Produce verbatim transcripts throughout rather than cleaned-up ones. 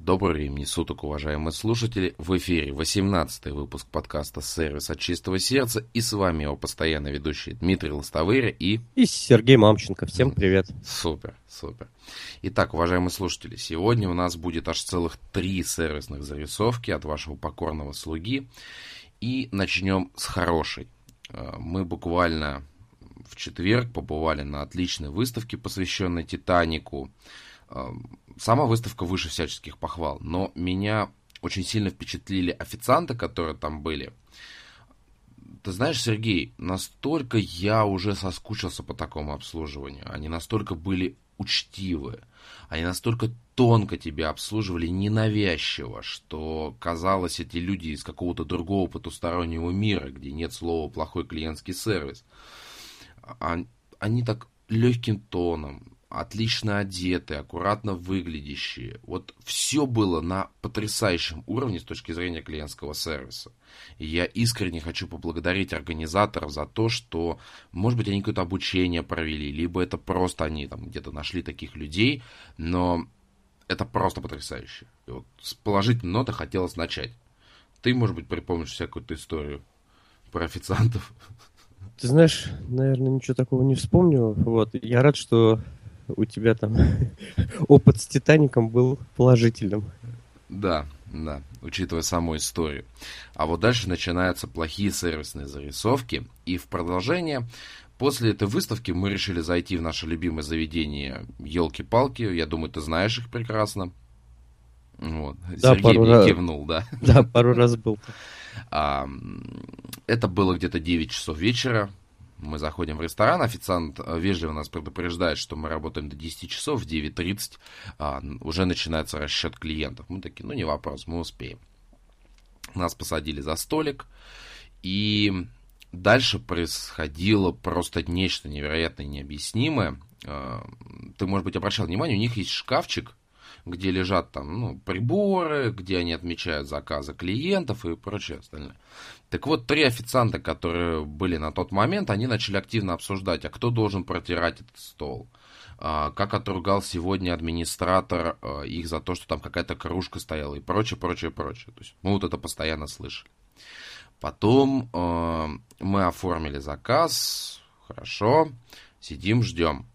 Добрый времени суток, уважаемые слушатели. В эфире восемнадцатый выпуск подкаста «Сервис от чистого сердца». И с вами его постоянно ведущий Дмитрий Лостовыря и... И Сергей Мамченко. Всем привет. Супер, супер. Итак, уважаемые слушатели, сегодня у нас будет аж целых три сервисных зарисовки от вашего покорного слуги. И начнем с хорошей. Мы буквально в четверг побывали на отличной выставке, посвященной «Титанику». Сама выставка выше всяческих похвал, но меня очень сильно впечатлили официанты, которые там были. Ты знаешь, Сергей, настолько я уже соскучился по такому обслуживанию. Они настолько были учтивы, они настолько тонко тебя обслуживали, ненавязчиво, что казалось, эти люди из какого-то другого потустороннего мира, где нет слова «плохой клиентский сервис». Они так легким тоном, отлично одетые, аккуратно выглядящие. Вот все было на потрясающем уровне с точки зрения клиентского сервиса. И я искренне хочу поблагодарить организаторов за то, что, может быть, они какое-то обучение провели, либо это просто они там где-то нашли таких людей, но это просто потрясающе. И вот с положительной ноты хотелось начать. Ты, может быть, припомнишь всякую-то историю про официантов? Ты знаешь, наверное, ничего такого не вспомню. Вот. Я рад, что у тебя там опыт с «Титаником» был положительным. Да, да, учитывая саму историю. А вот дальше начинаются плохие сервисные зарисовки. И в продолжение, после этой выставки мы решили зайти в наше любимое заведение «Елки-палки». Я думаю, ты знаешь их прекрасно. Вот. Да, Сергей мне раз... кивнул, да? Да, пару раз был. А, это было где-то девять часов вечера. Мы заходим в ресторан, официант вежливо нас предупреждает, что мы работаем до десяти часов, в девять тридцать а, уже начинается расчет клиентов. Мы такие, ну не вопрос, мы успеем. Нас посадили за столик, и дальше происходило просто нечто невероятное, необъяснимое. А, ты, может быть, обращал внимание, у них есть шкафчик, где лежат там, ну, приборы, где они отмечают заказы клиентов и прочее остальное. Так вот, три официанта, которые были на тот момент, они начали активно обсуждать, а кто должен протирать этот стол, а, как отругал сегодня администратор а, их за то, что там какая-то кружка стояла и прочее, прочее, прочее. То есть мы вот это постоянно слышали. Потом а, мы оформили заказ, хорошо, сидим, ждем.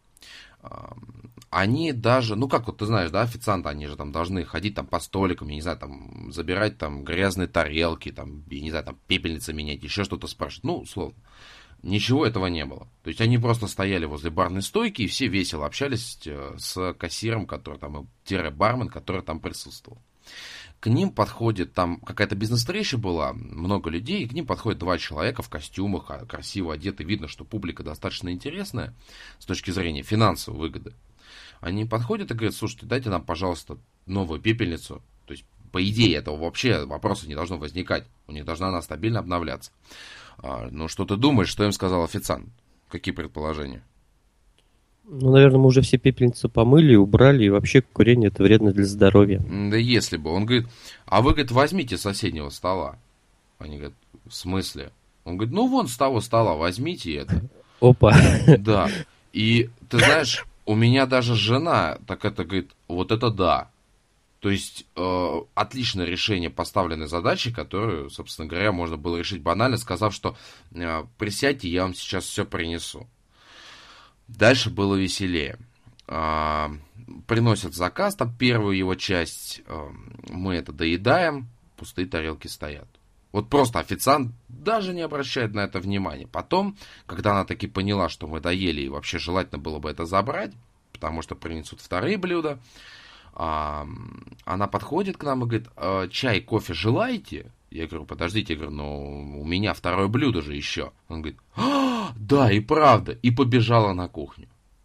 Они даже, ну как вот ты знаешь, да, официанты, они же там должны ходить там по столикам, я не знаю, там забирать там грязные тарелки, там, я не знаю, там пепельницы менять, еще что-то спрашивать, ну, условно. Ничего этого не было. То есть они просто стояли возле барной стойки и все весело общались с кассиром, который там, тире-бармен, который там присутствовал. К ним подходит, там какая-то бизнес-встреча была, много людей, и к ним подходят два человека в костюмах, красиво одеты, видно, что публика достаточно интересная с точки зрения финансовой выгоды. Они подходят и говорят, слушайте, дайте нам, пожалуйста, новую пепельницу. То есть, по идее, этого вообще вопроса не должно возникать. У них должна она стабильно обновляться. А, ну, что ты думаешь, что им сказал официант? Какие предположения? Ну, наверное, мы уже все пепельницы помыли, убрали, и вообще курение это вредно для здоровья. Да если бы. Он говорит, а вы, говорит, возьмите с соседнего стола. Они говорят, в смысле? Он говорит, ну, вон с того стола возьмите это. Опа. Да. И ты знаешь, у меня даже жена так это говорит, вот это да. То есть э, отличное решение поставленной задачи, которую, собственно говоря, можно было решить банально, сказав, что э, присядьте, я вам сейчас все принесу. Дальше было веселее. Э, приносят заказ, там первую его часть, э, мы это доедаем, пустые тарелки стоят. Вот просто официант даже не обращает на это внимания. Потом, когда она таки поняла, что мы доели, и вообще желательно было бы это забрать, потому что принесут вторые блюда, а, она подходит к нам и говорит, а, чай, кофе желаете? Я говорю, подождите, я говорю, ну у меня второе блюдо же еще. Он говорит, а, да, и правда, и побежала на кухню.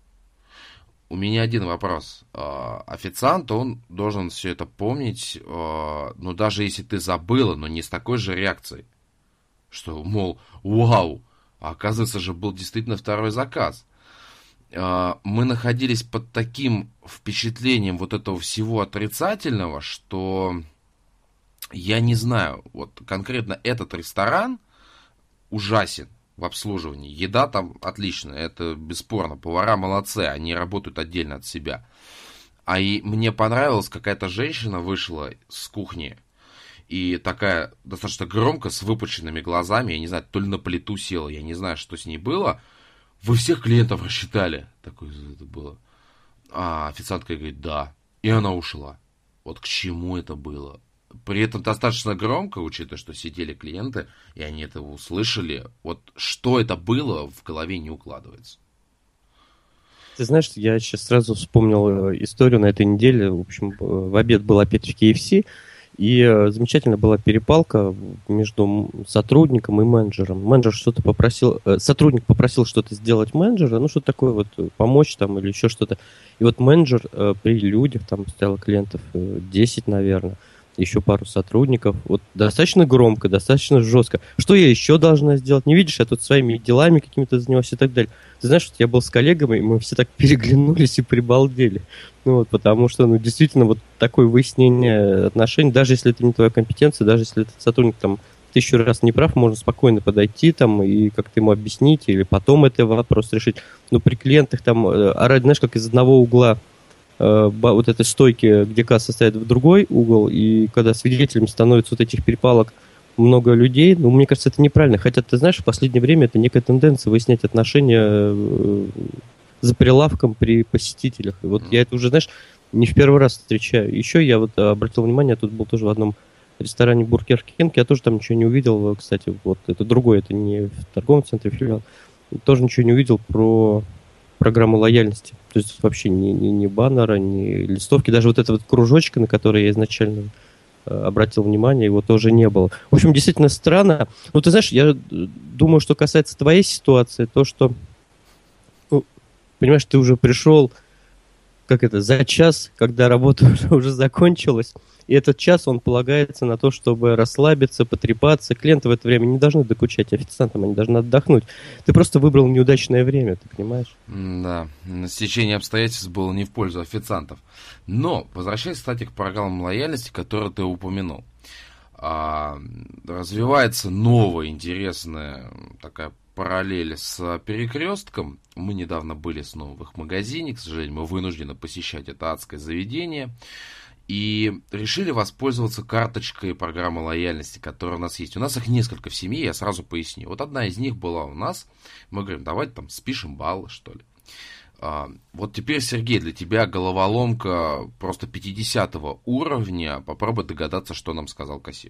У меня один вопрос. Официант, он должен все это помнить, ну, даже если ты забыла, но не с такой же реакцией. Что, мол, вау, а оказывается же был действительно второй заказ. Мы находились под таким впечатлением вот этого всего отрицательного, что я не знаю, вот конкретно этот ресторан ужасен в обслуживании. Еда там отличная, это бесспорно. Повара молодцы, они работают отдельно от себя. А и мне понравилось, какая-то женщина вышла с кухни, и такая достаточно громко, с выпученными глазами, я не знаю, то ли на плиту села, я не знаю, что с ней было. Вы всех клиентов рассчитали? Такое это было. А официантка говорит, да. И она ушла. Вот к чему это было? При этом достаточно громко, учитывая, что сидели клиенты, и они это услышали. Вот что это было, в голове не укладывается. Ты знаешь, я сейчас сразу вспомнил историю на этой неделе. В общем, в обед был опять в кей эф си, и замечательно была перепалка между сотрудником и менеджером. Менеджер что-то попросил, сотрудник попросил что-то сделать менеджера, ну что-то такое вот, помочь там или еще что-то. И вот менеджер при людях, там стояло клиентов десять, наверное, еще пару сотрудников, вот достаточно громко, достаточно жестко. Что я еще должна сделать? Не видишь, я тут своими делами какими-то занялась и так далее. Ты знаешь, что я был с коллегами, и мы все так переглянулись и прибалдели. Ну вот, потому что, ну, действительно, вот такое выяснение отношений, даже если это не твоя компетенция, даже если этот сотрудник там тысячу раз не прав, можно спокойно подойти там и как-то ему объяснить, или потом это вопрос решить. Но при клиентах там орать, знаешь, как из одного угла вот этой стойки, где касса стоит, в другой угол, и когда свидетелями становится вот этих перепалок много людей, ну, мне кажется, это неправильно. Хотя, ты знаешь, в последнее время это некая тенденция выяснять отношения за прилавком при посетителях. И вот я это уже, знаешь, не в первый раз встречаю. Еще я вот обратил внимание, тут был тоже в одном ресторане Бургер Кинг, я тоже там ничего не увидел, кстати, вот это другое, это не в торговом центре филиал, тоже ничего не увидел про программу лояльности. То есть вообще ни, ни, ни баннера, ни листовки, даже вот этого вот кружочка, на который я изначально э, обратил внимание, его тоже не было. В общем, действительно странно. Ну, ты знаешь, я думаю, что касается твоей ситуации, то, что, ну, понимаешь, ты уже пришел, как это, за час, когда работа уже закончилась, и этот час, он полагается на то, чтобы расслабиться, потрепаться. Клиенты в это время не должны докучать официантам, они должны отдохнуть. Ты просто выбрал неудачное время, ты понимаешь? Да, стечение обстоятельств было не в пользу официантов. Но, возвращаясь, кстати, к программам лояльности, которые ты упомянул. А, развивается новая интересная такая параллель с Перекрестком. Мы недавно были снова в их магазине, к сожалению, мы вынуждены посещать это адское заведение. И решили воспользоваться карточкой программы лояльности, которая у нас есть. У нас их несколько в семье, я сразу поясню. Вот одна из них была у нас. Мы говорим, давайте там спишем баллы, что ли. А, вот теперь, Сергей, для тебя головоломка просто пятидесятого уровня. Попробуй догадаться, что нам сказал кассир.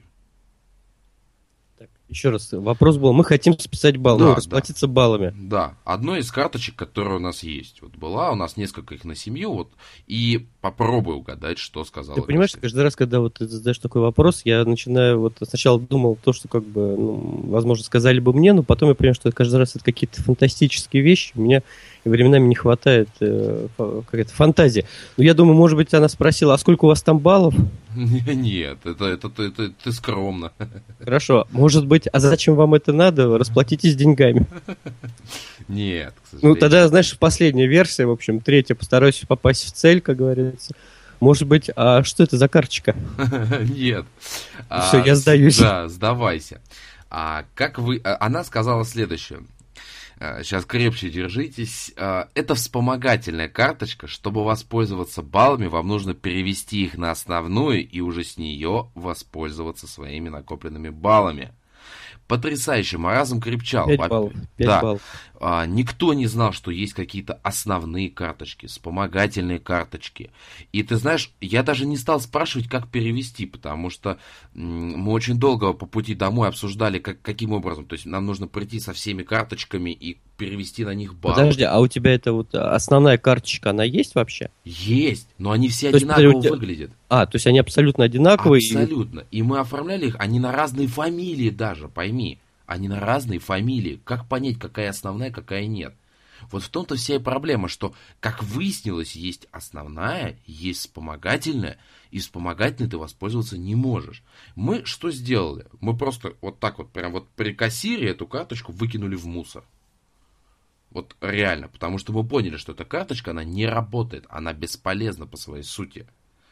Так, еще раз, вопрос был, мы хотим списать баллы, Да, ну, расплатиться да. баллами. Да, одной из карточек, которая у нас есть. Вот была, у нас несколько их на семью, вот, и попробуй угадать, что сказал. Ты понимаешь, кассир. каждый раз, когда вот ты задаешь такой вопрос, я начинаю, вот сначала думал то, что как бы, ну, возможно, сказали бы мне, но потом я понимаю, что каждый раз это какие-то фантастические вещи, у меня временами не хватает э, какой-то фантазии. Но я думаю, может быть, она спросила, а сколько у вас там баллов? Нет, это, это, это, это ты скромно. Хорошо, может быть, а зачем вам это надо? Расплатитесь деньгами. Нет, к сожалению. Ну, тогда, знаешь, последняя версия, в общем, третья, постараюсь попасть в цель, как говорится. Может быть, а что это за карточка? Нет. Все, я сдаюсь. Да, сдавайся. А как вы... Она сказала следующее. Сейчас крепче держитесь. Это вспомогательная карточка. Чтобы воспользоваться баллами, вам нужно перевести их на основную и уже с нее воспользоваться своими накопленными баллами. Потрясающе, маразм крепчал. пять баллов. пять да. баллов. А, никто не знал, что есть какие-то основные карточки, вспомогательные карточки. И ты знаешь, я даже не стал спрашивать, как перевести, потому что м- мы очень долго по пути домой обсуждали, как, каким образом. То есть нам нужно прийти со всеми карточками и перевести на них баллы. Подожди, а у тебя это вот основная карточка, она есть вообще? Есть, но они все То есть, одинаково подожди, тебя... выглядят. А, то есть они абсолютно одинаковые? Абсолютно. И... и мы оформляли их, они на разные фамилии даже, пойми. Они на разные фамилии. Как понять, какая основная, какая нет? Вот в том-то вся и проблема, что, как выяснилось, есть основная, есть вспомогательная, и вспомогательной ты воспользоваться не можешь. Мы что сделали? Мы просто вот так вот, прям вот при кассире эту карточку выкинули в мусор. Вот реально, потому что мы поняли, что эта карточка, она не работает, она бесполезна по своей сути.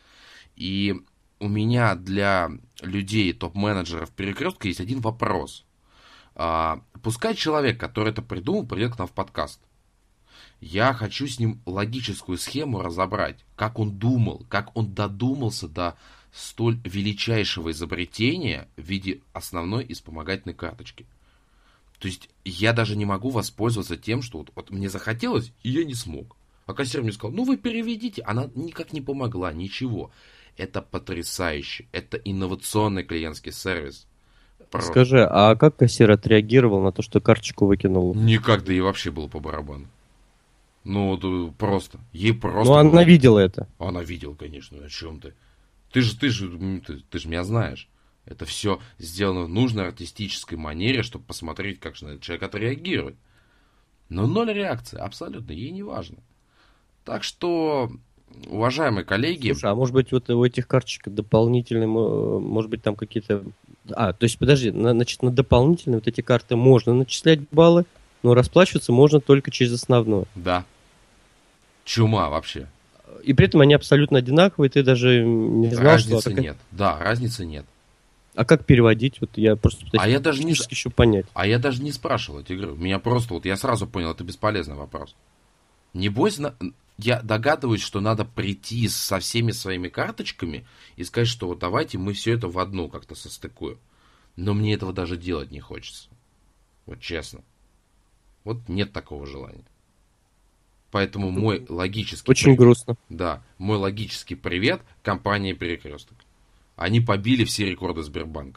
И у меня для людей, топ-менеджеров Перекрестка есть один вопрос. А, пускай человек, который это придумал, придет к нам в подкаст. Я хочу с ним логическую схему разобрать, как он думал, как он додумался до столь величайшего изобретения в виде основной и вспомогательной карточки. То есть я даже не могу воспользоваться тем, что вот, вот мне захотелось, и я не смог. А кассир мне сказал, ну вы переведите. Она никак не помогла, ничего. Это потрясающе. Это инновационный клиентский сервис. Просто. Скажи, а как кассир отреагировал на то, что карточку выкинул? Никак, да и вообще было по барабану. Ну, просто. Ей просто... Ну, она было... видела это. Она видела, конечно, о чем ты. Ты же, ты же, ты, ты же меня знаешь. Это все сделано в нужной артистической манере, чтобы посмотреть, как же на этот человек отреагирует. Но ноль реакции, абсолютно, ей не важно. Так что, уважаемые коллеги... Слушай, а может быть, вот у этих карточек дополнительные, может быть, там какие-то... А, то есть, подожди, на, значит, на дополнительные вот эти карты можно начислять баллы, но расплачиваться можно только через основную. Да. Чума вообще. И при этом они абсолютно одинаковые, ты даже не знал, разницы что... Разницы нет, да, разницы нет. А как переводить? Вот я просто а я даже не еще понять. А я даже не спрашивал эти игры. Меня просто, вот я сразу понял, это бесполезный вопрос. Небось, на... я догадываюсь, что надо прийти со всеми своими карточками и сказать, что вот давайте мы все это в одну как-то состыкуем. Но мне этого даже делать не хочется. Вот честно. Вот нет такого желания. Поэтому мой логический... Очень привет, грустно. Да, мой логический привет компании «Перекресток». Они побили все рекорды Сбербанка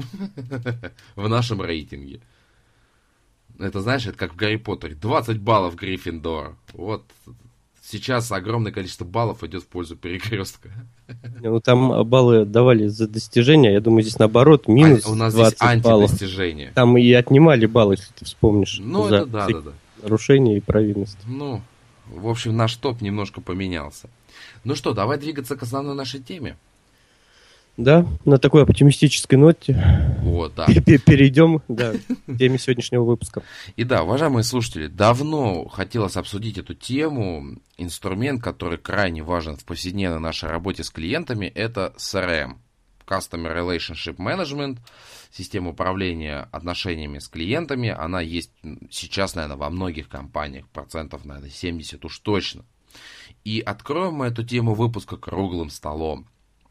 в нашем рейтинге. Это, знаешь, это как в Гарри Поттере. двадцать баллов Гриффиндора. Вот сейчас огромное количество баллов идет в пользу Перекрестка. Ну, там баллы давали за достижения. Я думаю, здесь наоборот, минус а, у нас двадцать здесь баллов. антидостижения. Там и отнимали баллы, если ты вспомнишь. Ну, за это да, да, да. нарушения и провинности. Ну, в общем, наш топ немножко поменялся. Ну что, давай двигаться к основной нашей теме. Да, на такой оптимистической ноте вот, да. перейдем да, к теме сегодняшнего выпуска. И да, уважаемые слушатели, давно хотелось обсудить эту тему. Инструмент, который крайне важен в повседневной нашей работе с клиентами, это си ар эм. Customer Relationship Management, система управления отношениями с клиентами. Она есть сейчас, наверное, во многих компаниях, процентов, наверное, семьдесят уж точно. И откроем мы эту тему выпуска круглым столом.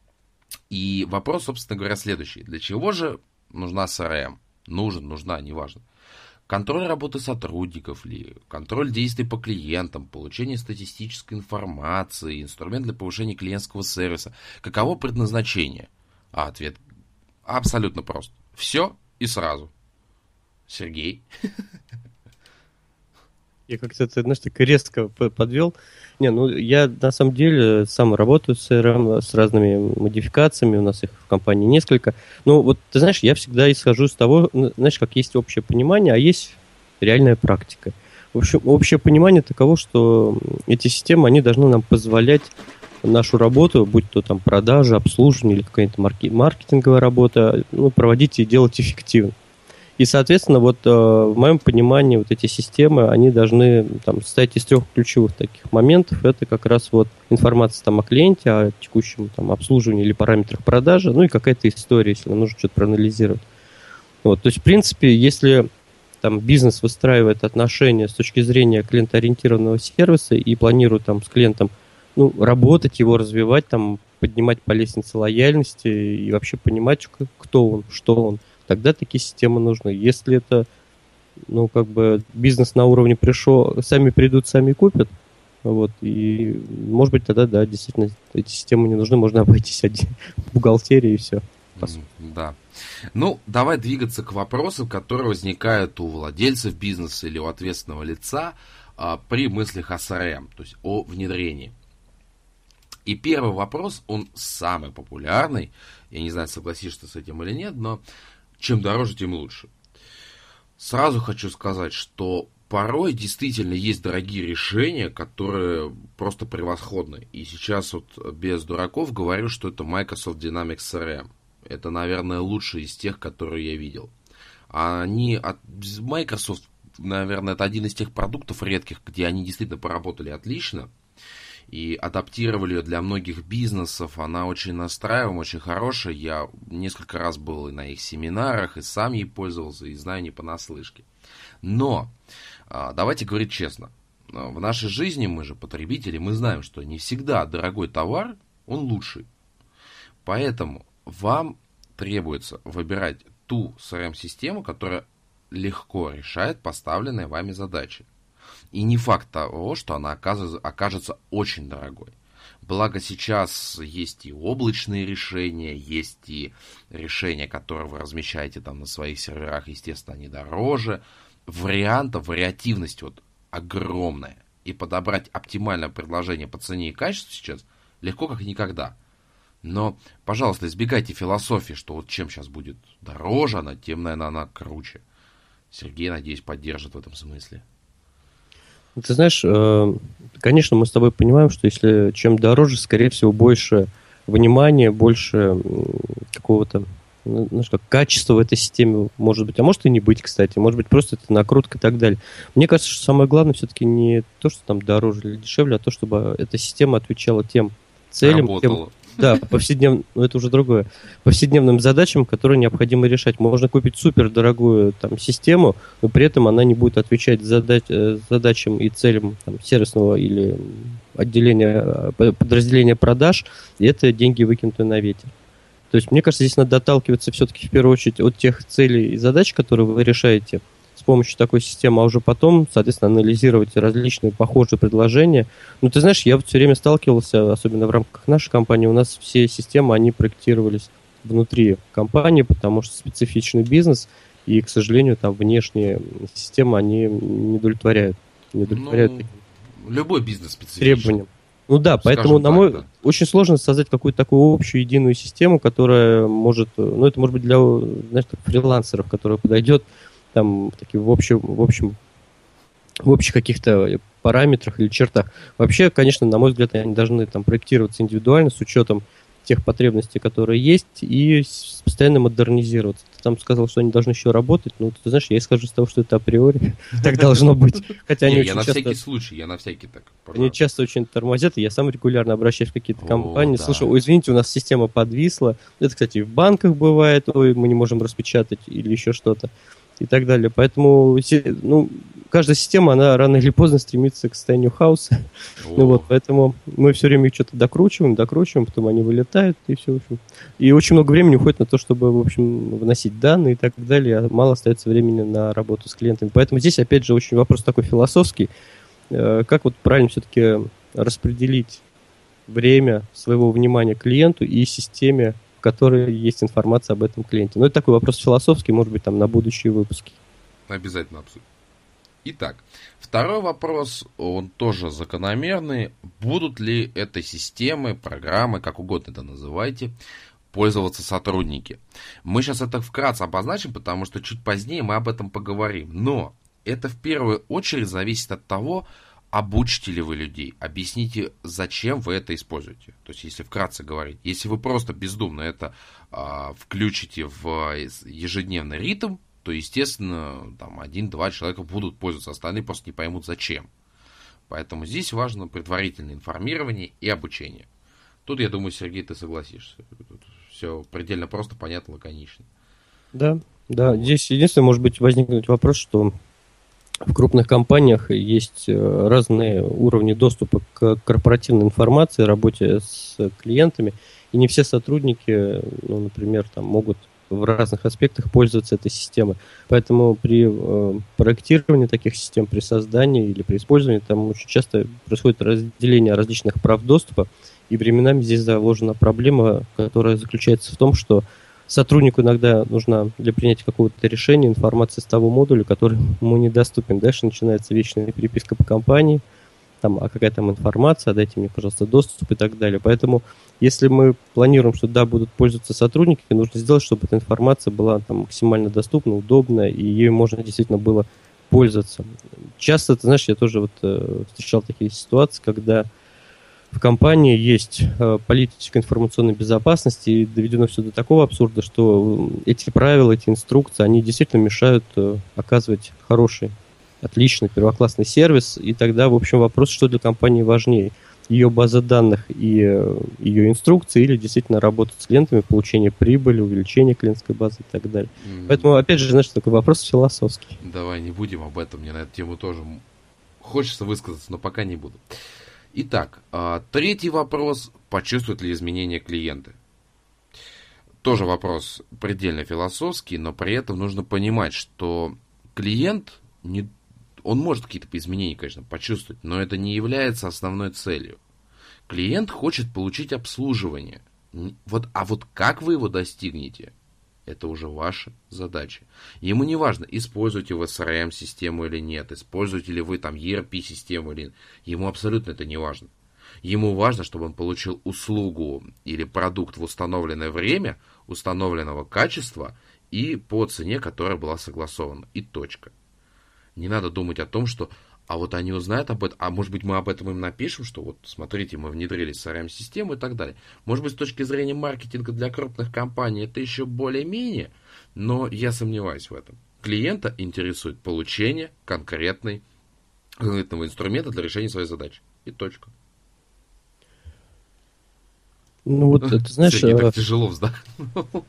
И вопрос, собственно говоря, следующий. Для чего же нужна си ар эм? Нужен, нужна, неважно. Контроль работы сотрудников ли, контроль действий по клиентам, получение статистической информации, инструмент для повышения клиентского сервиса. Каково предназначение? А ответ абсолютно прост. Все и сразу. Сергей? Я как-то, ты знаешь, так резко подвел. Не, ну я на самом деле сам работаю с си ар эм, с разными модификациями, у нас их в компании несколько. Ну вот, ты знаешь, я всегда исхожу с того, знаешь, как есть общее понимание, а есть реальная практика. В общем, общее понимание таково, что эти системы, они должны нам позволять нашу работу, будь то там продажа, обслуживание или какая-то маркетинговая работа, ну, проводить и делать эффективно. И, соответственно, вот э, в моем понимании вот эти системы, они должны там, состоять из трех ключевых таких моментов. Это как раз вот информация там, о клиенте, о текущем там, обслуживании или параметрах продажи, ну и какая-то история, если нам нужно что-то проанализировать. Вот, то есть, в принципе, если там, бизнес выстраивает отношения с точки зрения клиентоориентированного сервиса и планирует там, с клиентом ну, работать, его развивать, там, поднимать по лестнице лояльности и вообще понимать, кто он, что он, тогда такие системы нужны. Если это, ну, как бы бизнес на уровне пришел, сами придут, сами купят, вот, и, может быть, тогда, да, действительно, эти системы не нужны, можно обойтись один, бухгалтерией и все. Да. Ну, давай двигаться к вопросам, которые возникают у владельцев бизнеса или у ответственного лица а, при мыслях о си ар эм, то есть о внедрении. И первый вопрос, он самый популярный, я не знаю, согласишься с этим или нет, но чем дороже, тем лучше. Сразу хочу сказать, что порой действительно есть дорогие решения, которые просто превосходны. И сейчас вот без дураков говорю, что это Microsoft Dynamics си ар эм. Это, наверное, лучший из тех, которые я видел. Они от Microsoft, наверное, это один из тех продуктов редких, где они действительно поработали отлично. И адаптировали ее для многих бизнесов. Она очень настраиваема, очень хорошая. Я несколько раз был и на их семинарах, и сам ей пользовался, и знаю не понаслышке. Но, давайте говорить честно. в нашей жизни, мы же потребители, мы знаем, что не всегда дорогой товар, он лучший. Поэтому вам требуется выбирать ту си ар эм-систему, которая легко решает поставленные вами задачи. И не факт того, что она окажется очень дорогой. Благо сейчас есть и облачные решения, есть и решения, которые вы размещаете там на своих серверах, естественно, они дороже. Вариантов, вариативность вот огромная. И подобрать оптимальное предложение по цене и качеству сейчас легко как никогда. Но, пожалуйста, избегайте философии, что вот чем сейчас будет дороже она, тем, наверное, она круче. Сергей, надеюсь, поддержит в этом смысле. Ты знаешь, конечно, мы с тобой понимаем, что если чем дороже, скорее всего, больше внимания, больше какого-то, знаешь, как качества в этой системе может быть. А может и не быть, кстати. Может быть, просто это накрутка и так далее. Мне кажется, что самое главное все-таки не то, что там дороже или дешевле, а то, чтобы эта система отвечала тем целям, тем, да, повседневным, ну это уже другое, повседневным задачам, которые необходимо решать. Можно купить супердорогую там систему, но при этом она не будет отвечать задач, задачам и целям там, сервисного или отделения, подразделения продаж, и это деньги, выкинутые на ветер. То есть, мне кажется, здесь надо отталкиваться все-таки в первую очередь от тех целей и задач, которые вы решаете с помощью такой системы, а уже потом, соответственно, анализировать различные похожие предложения. Ну, ты знаешь, я вот все время сталкивался, особенно в рамках нашей компании, у нас все системы, они проектировались внутри компании, потому что специфичный бизнес, и, к сожалению, там внешние системы, они не удовлетворяют. Не удовлетворяют ну, любой бизнес специфичный. Требованиям. Ну да, скажем поэтому, так, на мой, да. очень сложно создать какую-то такую общую единую систему, которая может, ну это может быть для, знаешь, фрилансеров, которая подойдет там такие в общем, в общем, в общих каких-то параметрах или чертах. Вообще, конечно, на мой взгляд, они должны там проектироваться индивидуально с учетом тех потребностей, которые есть, и постоянно модернизироваться. Ты там сказал, что они должны еще работать, ну, ты знаешь, я исхожу из того, что это априори так должно быть. Хотя они я на всякий случай, я на всякий так. Они часто очень тормозят, и я сам регулярно обращаюсь в какие-то компании, слушаю, ой, извините, у нас система подвисла. Это, кстати, и в банках бывает, ой, мы не можем распечатать или еще что-то. И так далее. Поэтому ну, каждая система, она рано или поздно стремится к состоянию хаоса. Ну, вот, поэтому мы все время их что-то докручиваем, докручиваем, потом они вылетают, и все, в общем. И очень много времени уходит на то, чтобы, в общем, вносить данные и так далее, а мало остается времени на работу с клиентами. Поэтому здесь, опять же, очень вопрос такой философский. Как вот правильно все-таки распределить время своего внимания клиенту и системе, в которой есть информация об этом клиенте. Но это такой вопрос философский, может быть, там на будущие выпуски. Обязательно обсудим. Итак, второй вопрос, он тоже закономерный. Будут ли этой системы, программы, как угодно это называйте, пользоваться сотрудники? Мы сейчас это вкратце обозначим, потому что чуть позднее мы об этом поговорим. Но это в первую очередь зависит от того, обучите ли вы людей, объясните, зачем вы это используете. То есть, если вкратце говорить, если вы просто бездумно это а, включите в ежедневный ритм, то, естественно, там один-два человека будут пользоваться, остальные просто не поймут, зачем. Поэтому здесь важно предварительное информирование и обучение. Тут, я думаю, Сергей, ты согласишься. Тут все предельно просто, понятно, лаконично. Да, да. Вот. Здесь единственное, может быть, возникнуть вопрос, что в крупных компаниях есть разные уровни доступа к корпоративной информации, работе с клиентами, и не все сотрудники, ну, например, там, могут в разных аспектах пользоваться этой системой. Поэтому при э, проектировании таких систем, при создании или при использовании, там очень часто происходит разделение различных прав доступа, и временами здесь заложена проблема, которая заключается в том, что сотруднику иногда нужна для принятия какого-то решения информация с того модуля, который ему недоступен. Дальше начинается вечная переписка по компании, там, а какая там информация, дайте мне, пожалуйста, доступ и так далее. Поэтому, если мы планируем, что да, будут пользоваться сотрудники, нужно сделать, чтобы эта информация была там максимально доступна, удобна, и ею можно действительно было пользоваться. Часто, ты знаешь, я тоже вот э, встречал такие ситуации, когда в компании есть э, политика информационной безопасности, и доведено все до такого абсурда, что эти правила, эти инструкции, они действительно мешают э, оказывать хороший, отличный, первоклассный сервис, и тогда, в общем, вопрос, что для компании важнее, ее база данных и э, ее инструкции, или действительно работать с клиентами, получение прибыли, увеличение клиентской базы и так далее. Mm-hmm. Поэтому, опять же, знаешь, такой вопрос философский. Давай не будем об этом, мне на эту тему тоже хочется высказаться, но пока не буду. Итак, третий вопрос. Почувствуют ли изменения клиенты? Тоже вопрос предельно философский, но при этом нужно понимать, что клиент, не, он может какие-то изменения, конечно, почувствовать, но это не является основной целью. Клиент хочет получить обслуживание. Вот, а вот как вы его достигнете, это уже ваша задача. Ему не важно, используете вы эс эр эм-систему или нет, используете ли вы там и эр пи-систему или нет. Ему абсолютно это не важно. Ему важно, чтобы он получил услугу или продукт в установленное время, установленного качества и по цене, которая была согласована. И точка. Не надо думать о том, что а вот они узнают об этом, а может быть мы об этом им напишем, что вот смотрите, мы внедрили эс эр эм-систему и так далее. Может быть, с точки зрения маркетинга для крупных компаний это еще более-менее, но я сомневаюсь в этом. Клиента интересует получение конкретной, конкретного инструмента для решения своей задачи. И точка. Ну вот, ты знаешь... Сергей так тяжело вздохнул.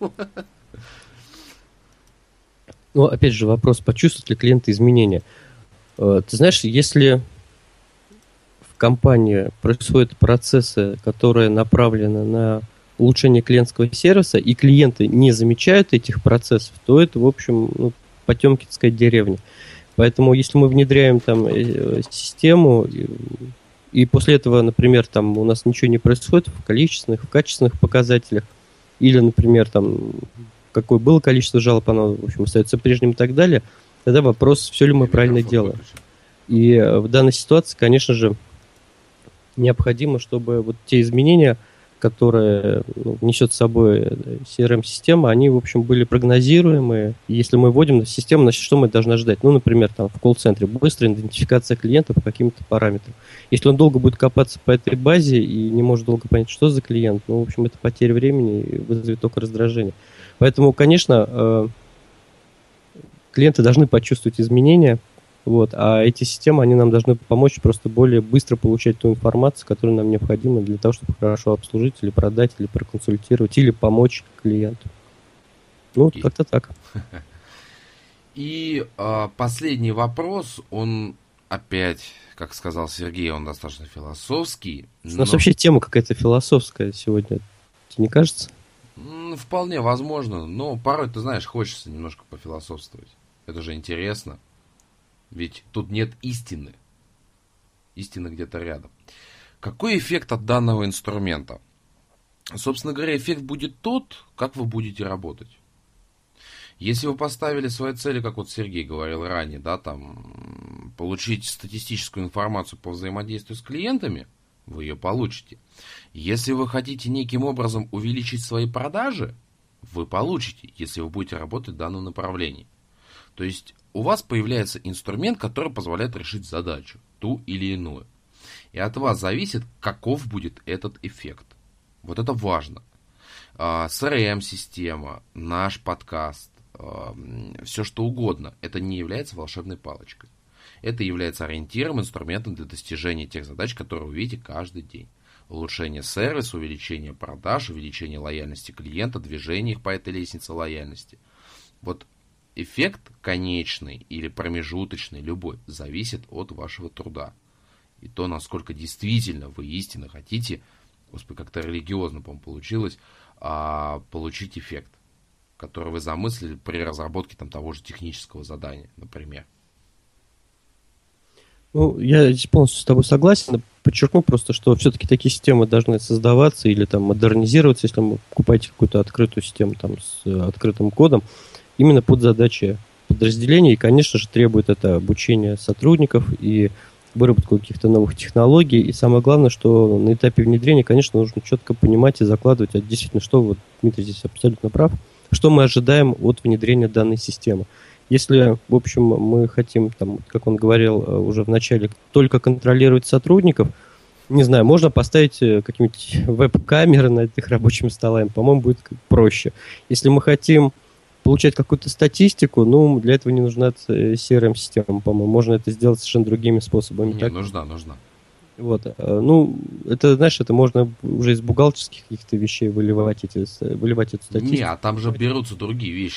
Ну, опять же, вопрос, почувствуют ли клиенты изменения. Ты знаешь, если в компании происходят процессы, которые направлены на улучшение клиентского сервиса, и клиенты не замечают этих процессов, то это, в общем, ну, потемкинская деревня. Поэтому, если мы внедряем там систему, и после этого, например, там у нас ничего не происходит в количественных, в качественных показателях, или, например, там какое было количество жалоб, оно, в общем, остается прежним и так далее, тогда вопрос, все ли мы правильно делаем. И в данной ситуации, конечно же, необходимо, чтобы вот те изменения, которые ну, несет с собой си эр эм-система, они, в общем, были прогнозируемые. И если мы вводим систему, значит, что мы должны ждать? Ну, например, там в колл-центре быстрая идентификация клиента по каким-то параметрам. Если он долго будет копаться по этой базе и не может долго понять, что за клиент, ну, в общем, это потеря времени и вызовет только раздражение. Поэтому, конечно, клиенты должны почувствовать изменения, вот, а эти системы, они нам должны помочь просто более быстро получать ту информацию, которая нам необходима для того, чтобы хорошо обслужить или продать, или проконсультировать, или помочь клиенту. Ну, и... как-то так. И а, последний вопрос, он опять, как сказал Сергей, он достаточно философский. Но... У нас вообще тема какая-то философская сегодня, тебе не кажется? Вполне возможно, но порой, ты знаешь, хочется немножко пофилософствовать. Это же интересно. Ведь тут нет истины. Истина где-то рядом. Какой эффект от данного инструмента? Собственно говоря, эффект будет тот, как вы будете работать. Если вы поставили свои цели, как вот Сергей говорил ранее, да, там, получить статистическую информацию по взаимодействию с клиентами, вы ее получите. Если вы хотите неким образом увеличить свои продажи, вы получите, если вы будете работать в данном направлении. То есть у вас появляется инструмент, который позволяет решить задачу, ту или иную. И от вас зависит, каков будет этот эффект. Вот это важно. эс эр эм-система, наш подкаст, все что угодно, это не является волшебной палочкой. Это является ориентиром, инструментом для достижения тех задач, которые вы видите каждый день. Улучшение сервиса, увеличение продаж, увеличение лояльности клиента, движение их по этой лестнице лояльности. Вот эффект конечный или промежуточный, любой, зависит от вашего труда. И то, насколько действительно вы истинно хотите, господи, как-то религиозно, по-моему, получилось, а, получить эффект, который вы замыслили при разработке там, того же технического задания, например. Ну, я здесь полностью с тобой согласен. Подчеркну просто, что все-таки такие системы должны создаваться или там модернизироваться, если вы покупаете какую-то открытую систему там, с открытым кодом, именно под задачи подразделения. И, конечно же, требует это обучение сотрудников и выработку каких-то новых технологий. И самое главное, что на этапе внедрения, конечно, нужно четко понимать и закладывать, а действительно, что, вот Дмитрий здесь абсолютно прав, что мы ожидаем от внедрения данной системы. Если, в общем, мы хотим, там, как он говорил уже в начале, только контролировать сотрудников, не знаю, можно поставить какие-нибудь веб-камеры над их рабочими столами, по-моему, будет проще. Если мы хотим получать какую-то статистику, ну, для этого не нужна си эр эм-система, по-моему. Можно это сделать совершенно другими способами. Не, так? нужна, нужна. Вот. Ну, это, знаешь, это можно уже из бухгалтерских каких-то вещей выливать, эти, выливать эту статистику. Не, а там же берутся другие вещи.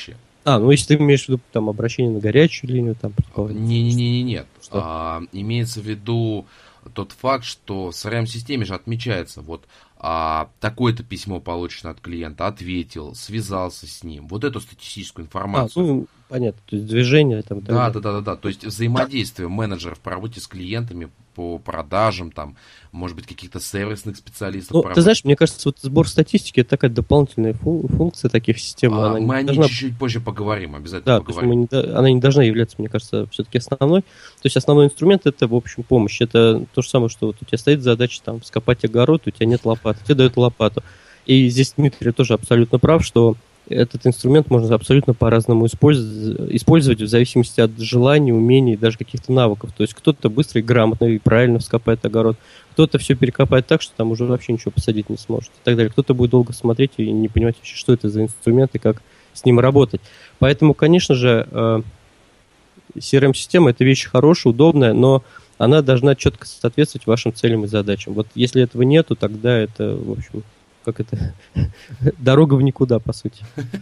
А, ну если ты имеешь в виду там обращение на горячую линию, там... Не-не-не, нет. А, имеется в виду тот факт, что в си ар эм-системе же отмечается, вот а, такое-то письмо получено от клиента, ответил, связался с ним. Вот эту статистическую информацию. А, ну, понятно, то есть движение там... Да, да, да, да, да. То есть взаимодействие менеджеров по работе с клиентами, по продажам, там, может быть, каких-то сервисных специалистов. Ну, ты знаешь, мне кажется, вот сбор статистики — это такая дополнительная фу- функция таких систем. А, она мы о ней должна... чуть-чуть позже поговорим, обязательно да, поговорим. То есть мы не, она не должна являться, мне кажется, все-таки основной. То есть основной инструмент — это, в общем, помощь. Это то же самое, что вот у тебя стоит задача там вскопать огород, у тебя нет лопаты, тебе дают лопату. И здесь Дмитрий тоже абсолютно прав, что этот инструмент можно абсолютно по-разному использовать, использовать в зависимости от желаний, умений, даже каких-то навыков. То есть кто-то быстро и грамотно и правильно вскопает огород, кто-то все перекопает так, что там уже вообще ничего посадить не сможет и так далее. Кто-то будет долго смотреть и не понимать вообще, что это за инструмент и как с ним работать. Поэтому, конечно же, си ар эм-система — это вещь хорошая, удобная, но она должна четко соответствовать вашим целям и задачам. Вот если этого нету, тогда это, в общем... как это, дорога в никуда, по сути.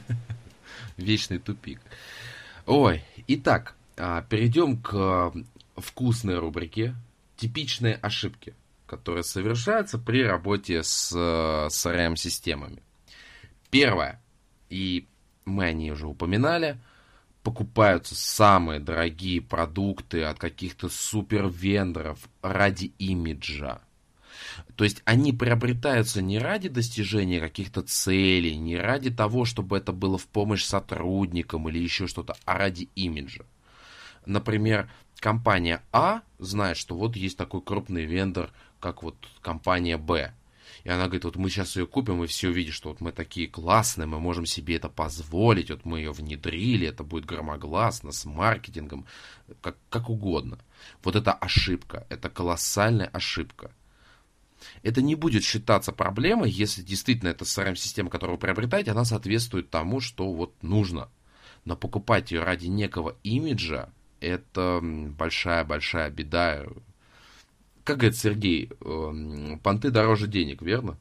Вечный тупик. Ой, итак, перейдем к вкусной рубрике «Типичные ошибки», которые совершаются при работе с си ар эм-системами. Первое, и мы о ней уже упоминали, покупаются самые дорогие продукты от каких-то супервендоров ради имиджа. То есть они приобретаются не ради достижения каких-то целей, не ради того, чтобы это было в помощь сотрудникам или еще что-то, а ради имиджа. Например, компания А знает, что вот есть такой крупный вендор, как вот компания Б. И она говорит, вот мы сейчас ее купим, и все увидят, что вот мы такие классные, мы можем себе это позволить, вот мы ее внедрили, это будет громогласно, с маркетингом, как, как угодно. Вот это ошибка, это колоссальная ошибка. Это не будет считаться проблемой, если действительно эта си ар эм-система, которую вы приобретаете, она соответствует тому, что вот нужно. Но покупать ее ради некого имиджа, это большая-большая беда. Как говорит Сергей, понты дороже денег, верно?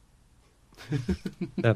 Да.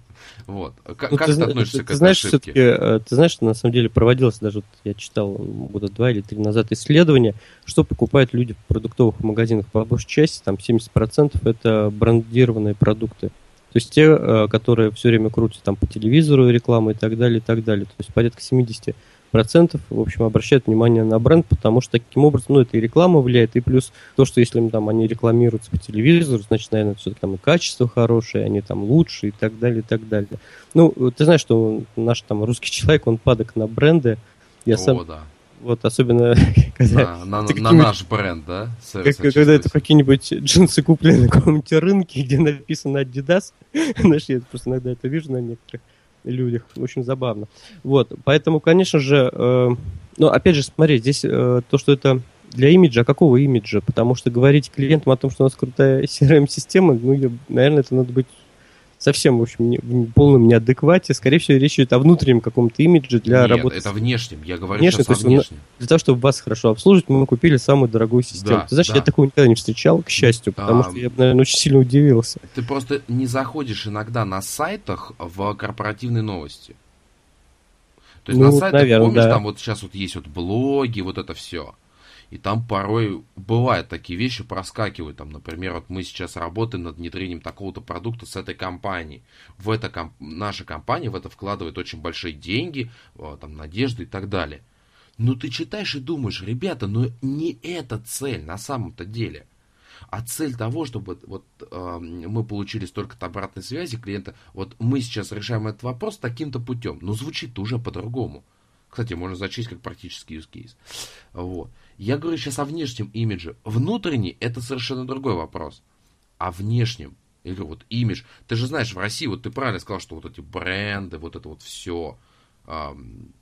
Вот. Как, ну, как ты, ты относишься ты, к ты этой знаешь, ошибке? Ты знаешь, что на самом деле проводилось, даже вот я читал года два или три назад исследование, что покупают люди в продуктовых магазинах. По большей части, там семьдесят процентов это брендированные продукты. То есть те, которые все время крутят там по телевизору рекламу и так далее, и так далее. То есть порядка семьдесят процентов, в общем, обращают внимание на бренд, потому что таким образом, ну, это и реклама влияет, и плюс то, что если там они рекламируются по телевизору, значит, наверное, все-таки там и качество хорошее, они там лучше и так далее, и так далее. Ну, ты знаешь, что наш там русский человек, он падок на бренды. Я О, сам, да. Вот, особенно, когда... На, на, на наш бренд, да? Как, когда это какие-нибудь джинсы куплены на каком-нибудь рынке, где написано Adidas, знаешь, я просто иногда это вижу на некоторых людях, очень забавно. Вот, поэтому, конечно же, э, ну, опять же, смотри, здесь э, то, что это для имиджа, а какого имиджа? Потому что говорить клиентам о том, что у нас крутая си ар эм-система, ну, я, наверное, это надо быть совсем, в общем, не, в полном неадеквате. Скорее всего, речь идет о внутреннем каком-то имидже для Нет, работы. это внешнем, я говорю внешнем, сейчас о внешнем. Для того, чтобы вас хорошо обслуживать, мы купили самую дорогую систему. Да, ты знаешь, да. я такого никогда не встречал, к счастью, потому а, что я, наверное, очень сильно удивился. Ты просто не заходишь иногда на сайтах в корпоративные новости. То есть ну, на сайтах, наверное, помнишь, да. Там вот сейчас вот есть вот блоги, вот это все. И там порой бывают такие вещи, проскакивают. Там, например, вот мы сейчас работаем над внедрением такого-то продукта с этой компанией. В это комп... Наша компания в это вкладывает очень большие деньги, там, надежды и так далее. Но ты читаешь и думаешь, ребята, но не это цель на самом-то деле. А цель того, чтобы вот, э, мы получили столько-то обратной связи клиента, вот мы сейчас решаем этот вопрос таким-то путем. Но звучит-то уже по-другому. Кстати, можно зачесть как практический use case. Вот. Я говорю сейчас о внешнем имидже. Внутренний — это совершенно другой вопрос. А внешнем, я говорю, вот имидж. Ты же знаешь, в России, вот ты правильно сказал, что вот эти бренды, вот это вот все. Эм,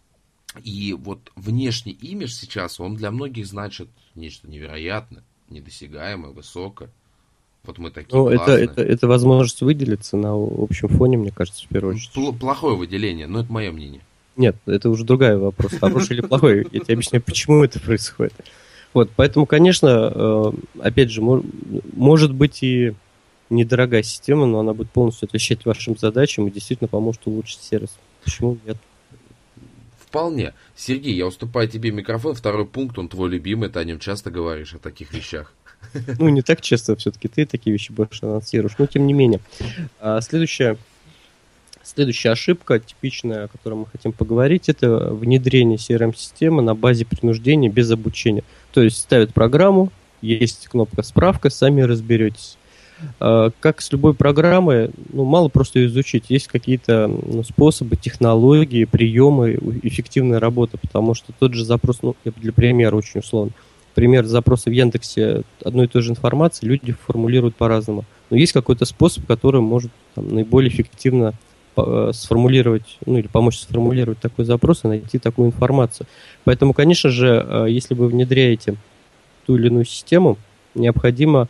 и вот внешний имидж сейчас, он для многих значит нечто невероятное, недосягаемое, высокое. Вот мы такие ну, классные. Это, это, это возможность выделиться на общем фоне, мне кажется, в первую очередь. Плохое выделение, но это мое мнение. Нет, это уже другой вопрос, хороший или плохой. Я тебе объясняю, почему это происходит. Вот, поэтому, конечно, опять же, может быть и недорогая система, но она будет полностью отвечать вашим задачам и действительно поможет улучшить сервис. Почему нет? вполне. Сергей, я уступаю тебе микрофон. Второй пункт, он твой любимый, ты о нем часто говоришь, о таких вещах. Ну, не так часто все-таки ты такие вещи больше анонсируешь, но тем не менее. Следующая, следующая ошибка, типичная, о которой мы хотим поговорить, это внедрение си эр эм-системы на базе принуждения без обучения. То есть ставят программу, есть кнопка «Справка», сами разберетесь. Как с любой программой, ну, мало просто ее изучить. Есть какие-то ну, способы, технологии, приемы эффективной работы, потому что тот же запрос, ну, для примера очень условно, пример запроса в Яндексе одной и той же информации люди формулируют по-разному. Но есть какой-то способ, который может там, наиболее эффективно сформулировать, ну, или помочь сформулировать такой запрос и найти такую информацию. Поэтому, конечно же, если вы внедряете ту или иную систему, необходимо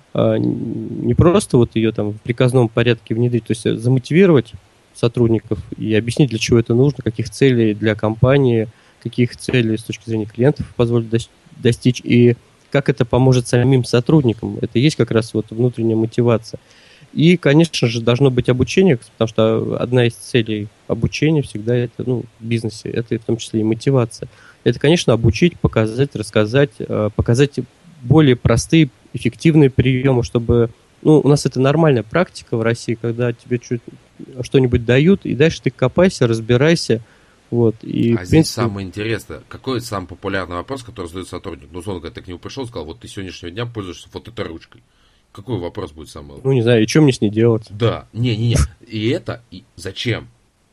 не просто вот ее там в приказном порядке внедрить, то есть замотивировать сотрудников и объяснить, для чего это нужно, каких целей для компании, каких целей с точки зрения клиентов позволит достичь, и как это поможет самим сотрудникам. Это и есть как раз вот внутренняя мотивация. И, конечно же, должно быть обучение, потому что одна из целей обучения всегда это, ну, в бизнесе, это в том числе и мотивация. Это, конечно, обучить, показать, рассказать, показать более простые, эффективные приемы, чтобы... Ну, у нас это нормальная практика в России, когда тебе чуть что-нибудь дают, и дальше ты копайся, разбирайся. Вот, и, а здесь принципе... самое интересное, какой самый популярный вопрос, который задает сотрудник? Ну, условно, когда ты к нему пришел и сказал, вот ты с сегодняшнего дня пользуешься вот этой ручкой. Какой вопрос будет самый? Ну, не знаю, и что мне с ней делать? Да, не-не-не, и это, и зачем?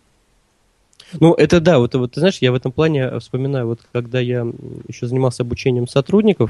Ну, это да, вот, вот ты знаешь, я в этом плане вспоминаю, вот когда я еще занимался обучением сотрудников,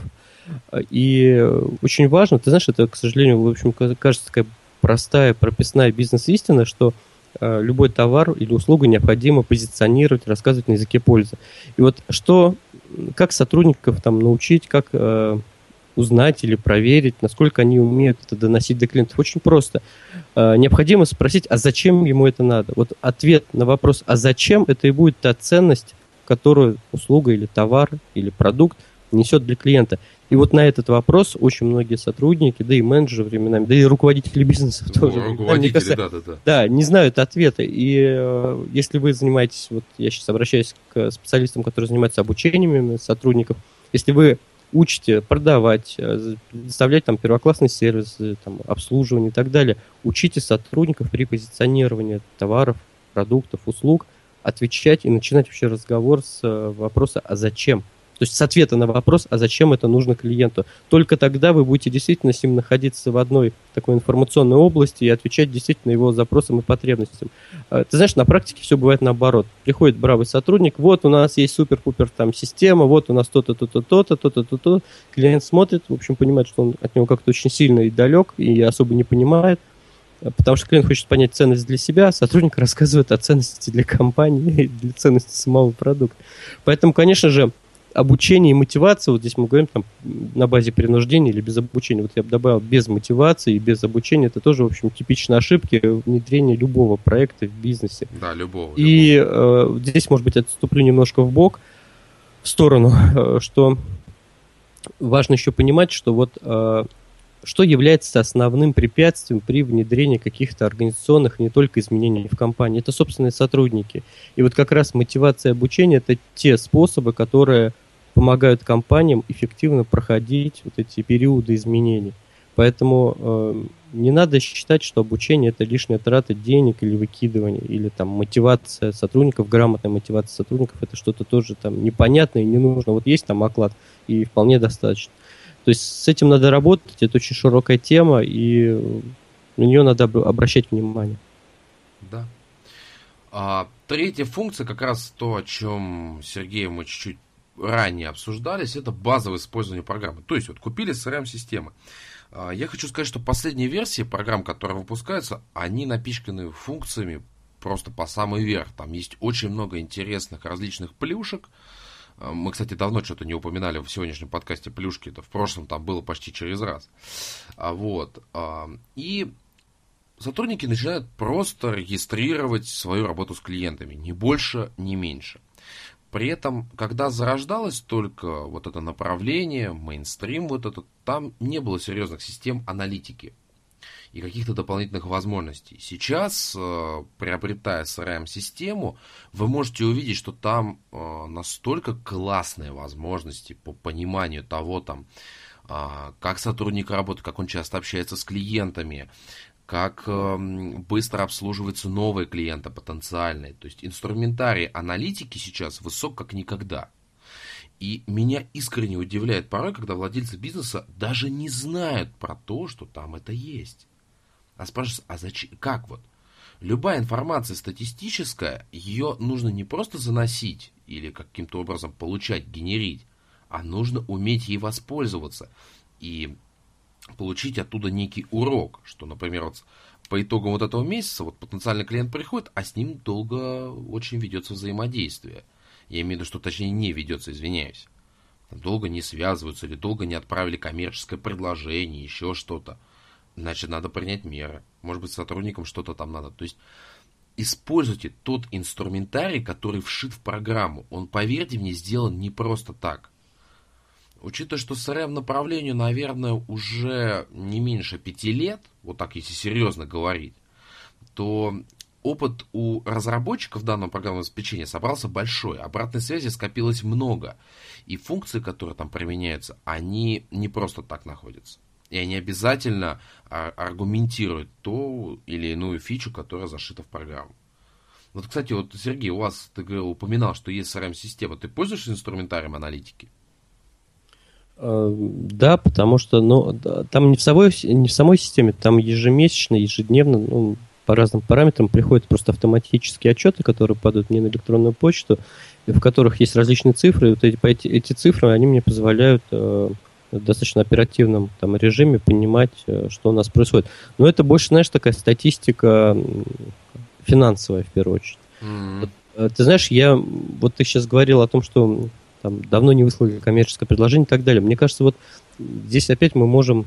и очень важно, ты знаешь, это, к сожалению, в общем, кажется такая простая прописная бизнес-истина, что э, любой товар или услугу необходимо позиционировать, рассказывать на языке пользы. И вот что, как сотрудников там научить, как э, узнать или проверить, насколько они умеют это доносить до клиентов, очень просто. Э, необходимо спросить, а зачем ему это надо? Вот ответ на вопрос, а зачем, это и будет та ценность, которую услуга или товар или продукт несет для клиента. И вот на этот вопрос очень многие сотрудники, да и менеджеры временами, да и руководители бизнеса ну, тоже. Руководители, кажется, да, да, да. Да, не знают ответа. И э, если вы занимаетесь, вот я сейчас обращаюсь к специалистам, которые занимаются обучением сотрудников, если вы учите продавать, предоставлять там первоклассный сервис, там, обслуживание и так далее, учите сотрудников при позиционировании товаров, продуктов, услуг отвечать и начинать вообще разговор с вопроса «а зачем?». То есть с ответа на вопрос, а зачем это нужно клиенту. Только тогда вы будете действительно с ним находиться в одной такой информационной области и отвечать действительно его запросам и потребностям. Ты знаешь, на практике все бывает наоборот. Приходит бравый сотрудник, вот у нас есть супер-пупер там система, вот у нас то-то, то-то, то-то, то-то, то-то. Клиент смотрит, в общем, понимает, что он от него как-то очень сильно и далек, и особо не понимает. Потому что клиент хочет понять ценность для себя, а сотрудник рассказывает о ценности для компании и для ценности самого продукта. Поэтому, конечно же, обучение и мотивация, вот здесь мы говорим там на базе принуждения или без обучения. Вот я бы добавил без мотивации и без обучения. Это тоже, в общем, типичные ошибки внедрения любого проекта в бизнесе. Да, любого. И любого. Э, здесь, может быть, отступлю немножко в бок, в сторону, э, что важно еще понимать, что вот э, что является основным препятствием при внедрении каких-то организационных не только изменений в компании. Это собственные сотрудники. И вот как раз мотивация и обучение – это те способы, которые помогают компаниям эффективно проходить вот эти периоды изменений. Поэтому э, не надо считать, что обучение – это лишняя трата денег или выкидывание, или там мотивация сотрудников, грамотная мотивация сотрудников – это что-то тоже там непонятное и не нужно. Вот есть там оклад, и вполне достаточно. То есть с этим надо работать, это очень широкая тема, и на нее надо обращать внимание. Да. А, третья функция, как раз то, о чем Сергей мы чуть-чуть ранее обсуждались, это базовое использование программы. То есть вот купили си эр эм-системы. А, я хочу сказать, что последние версии программ, которые выпускаются, они напичканы функциями просто по самый верх. Там есть очень много интересных различных плюшек. Мы, кстати, давно что-то не упоминали в сегодняшнем подкасте плюшки. Это в прошлом там было почти через раз. А вот. И сотрудники начинают просто регистрировать свою работу с клиентами. Ни больше, ни меньше. При этом, когда зарождалось только вот это направление, мейнстрим вот этот, там не было серьезных систем аналитики. и каких-то дополнительных возможностей. Сейчас, э, приобретая си ар эм-систему, вы можете увидеть, что там э, настолько классные возможности по пониманию того, там, э, как сотрудник работает, как он часто общается с клиентами, как э, быстро обслуживаются новые клиенты потенциальные. То есть инструментарий аналитики сейчас высок как никогда. И меня искренне удивляет порой, когда владельцы бизнеса даже не знают про то, что там это есть. А спрашивают, а зачем, как вот? Любая информация статистическая, ее нужно не просто заносить или каким-то образом получать, генерить, а нужно уметь ей воспользоваться и получить оттуда некий урок, что, например, вот по итогам вот этого месяца вот потенциальный клиент приходит, а с ним долго очень ведется взаимодействие. Я имею в виду, что точнее не ведется, извиняюсь. Долго не связываются или долго не отправили коммерческое предложение, еще что-то. Значит, надо принять меры. Может быть, сотрудникам что-то там надо. То есть, используйте тот инструментарий, который вшит в программу. Он, поверьте мне, сделан не просто так. Учитывая, что си ар эм-направлению, наверное, уже не меньше пяти лет, вот так если серьезно говорить, то опыт у разработчиков данного программного обеспечения собрался большой. Обратной связи скопилось много. И функции, которые там применяются, они не просто так находятся. И они обязательно аргументируют ту или иную фичу, которая зашита в программу. Вот, кстати, вот, Сергей, у вас, ты говорил, упоминал, что есть си ар эм-система. Ты пользуешься инструментарием аналитики? Да, потому что ну, там не в, самой, не в самой системе, там ежемесячно, ежедневно, ну, по разным параметрам приходят просто автоматические отчеты, которые падают мне на электронную почту, в которых есть различные цифры. И вот эти, эти, эти цифры, они мне позволяют э, в достаточно оперативном там, режиме понимать, э, что у нас происходит. Но это больше, знаешь, такая статистика финансовая, в первую очередь. Mm-hmm. Вот, э, ты знаешь, я, вот ты сейчас говорил о том, что там, давно не выслали коммерческое предложение и так далее. Мне кажется, вот здесь опять мы можем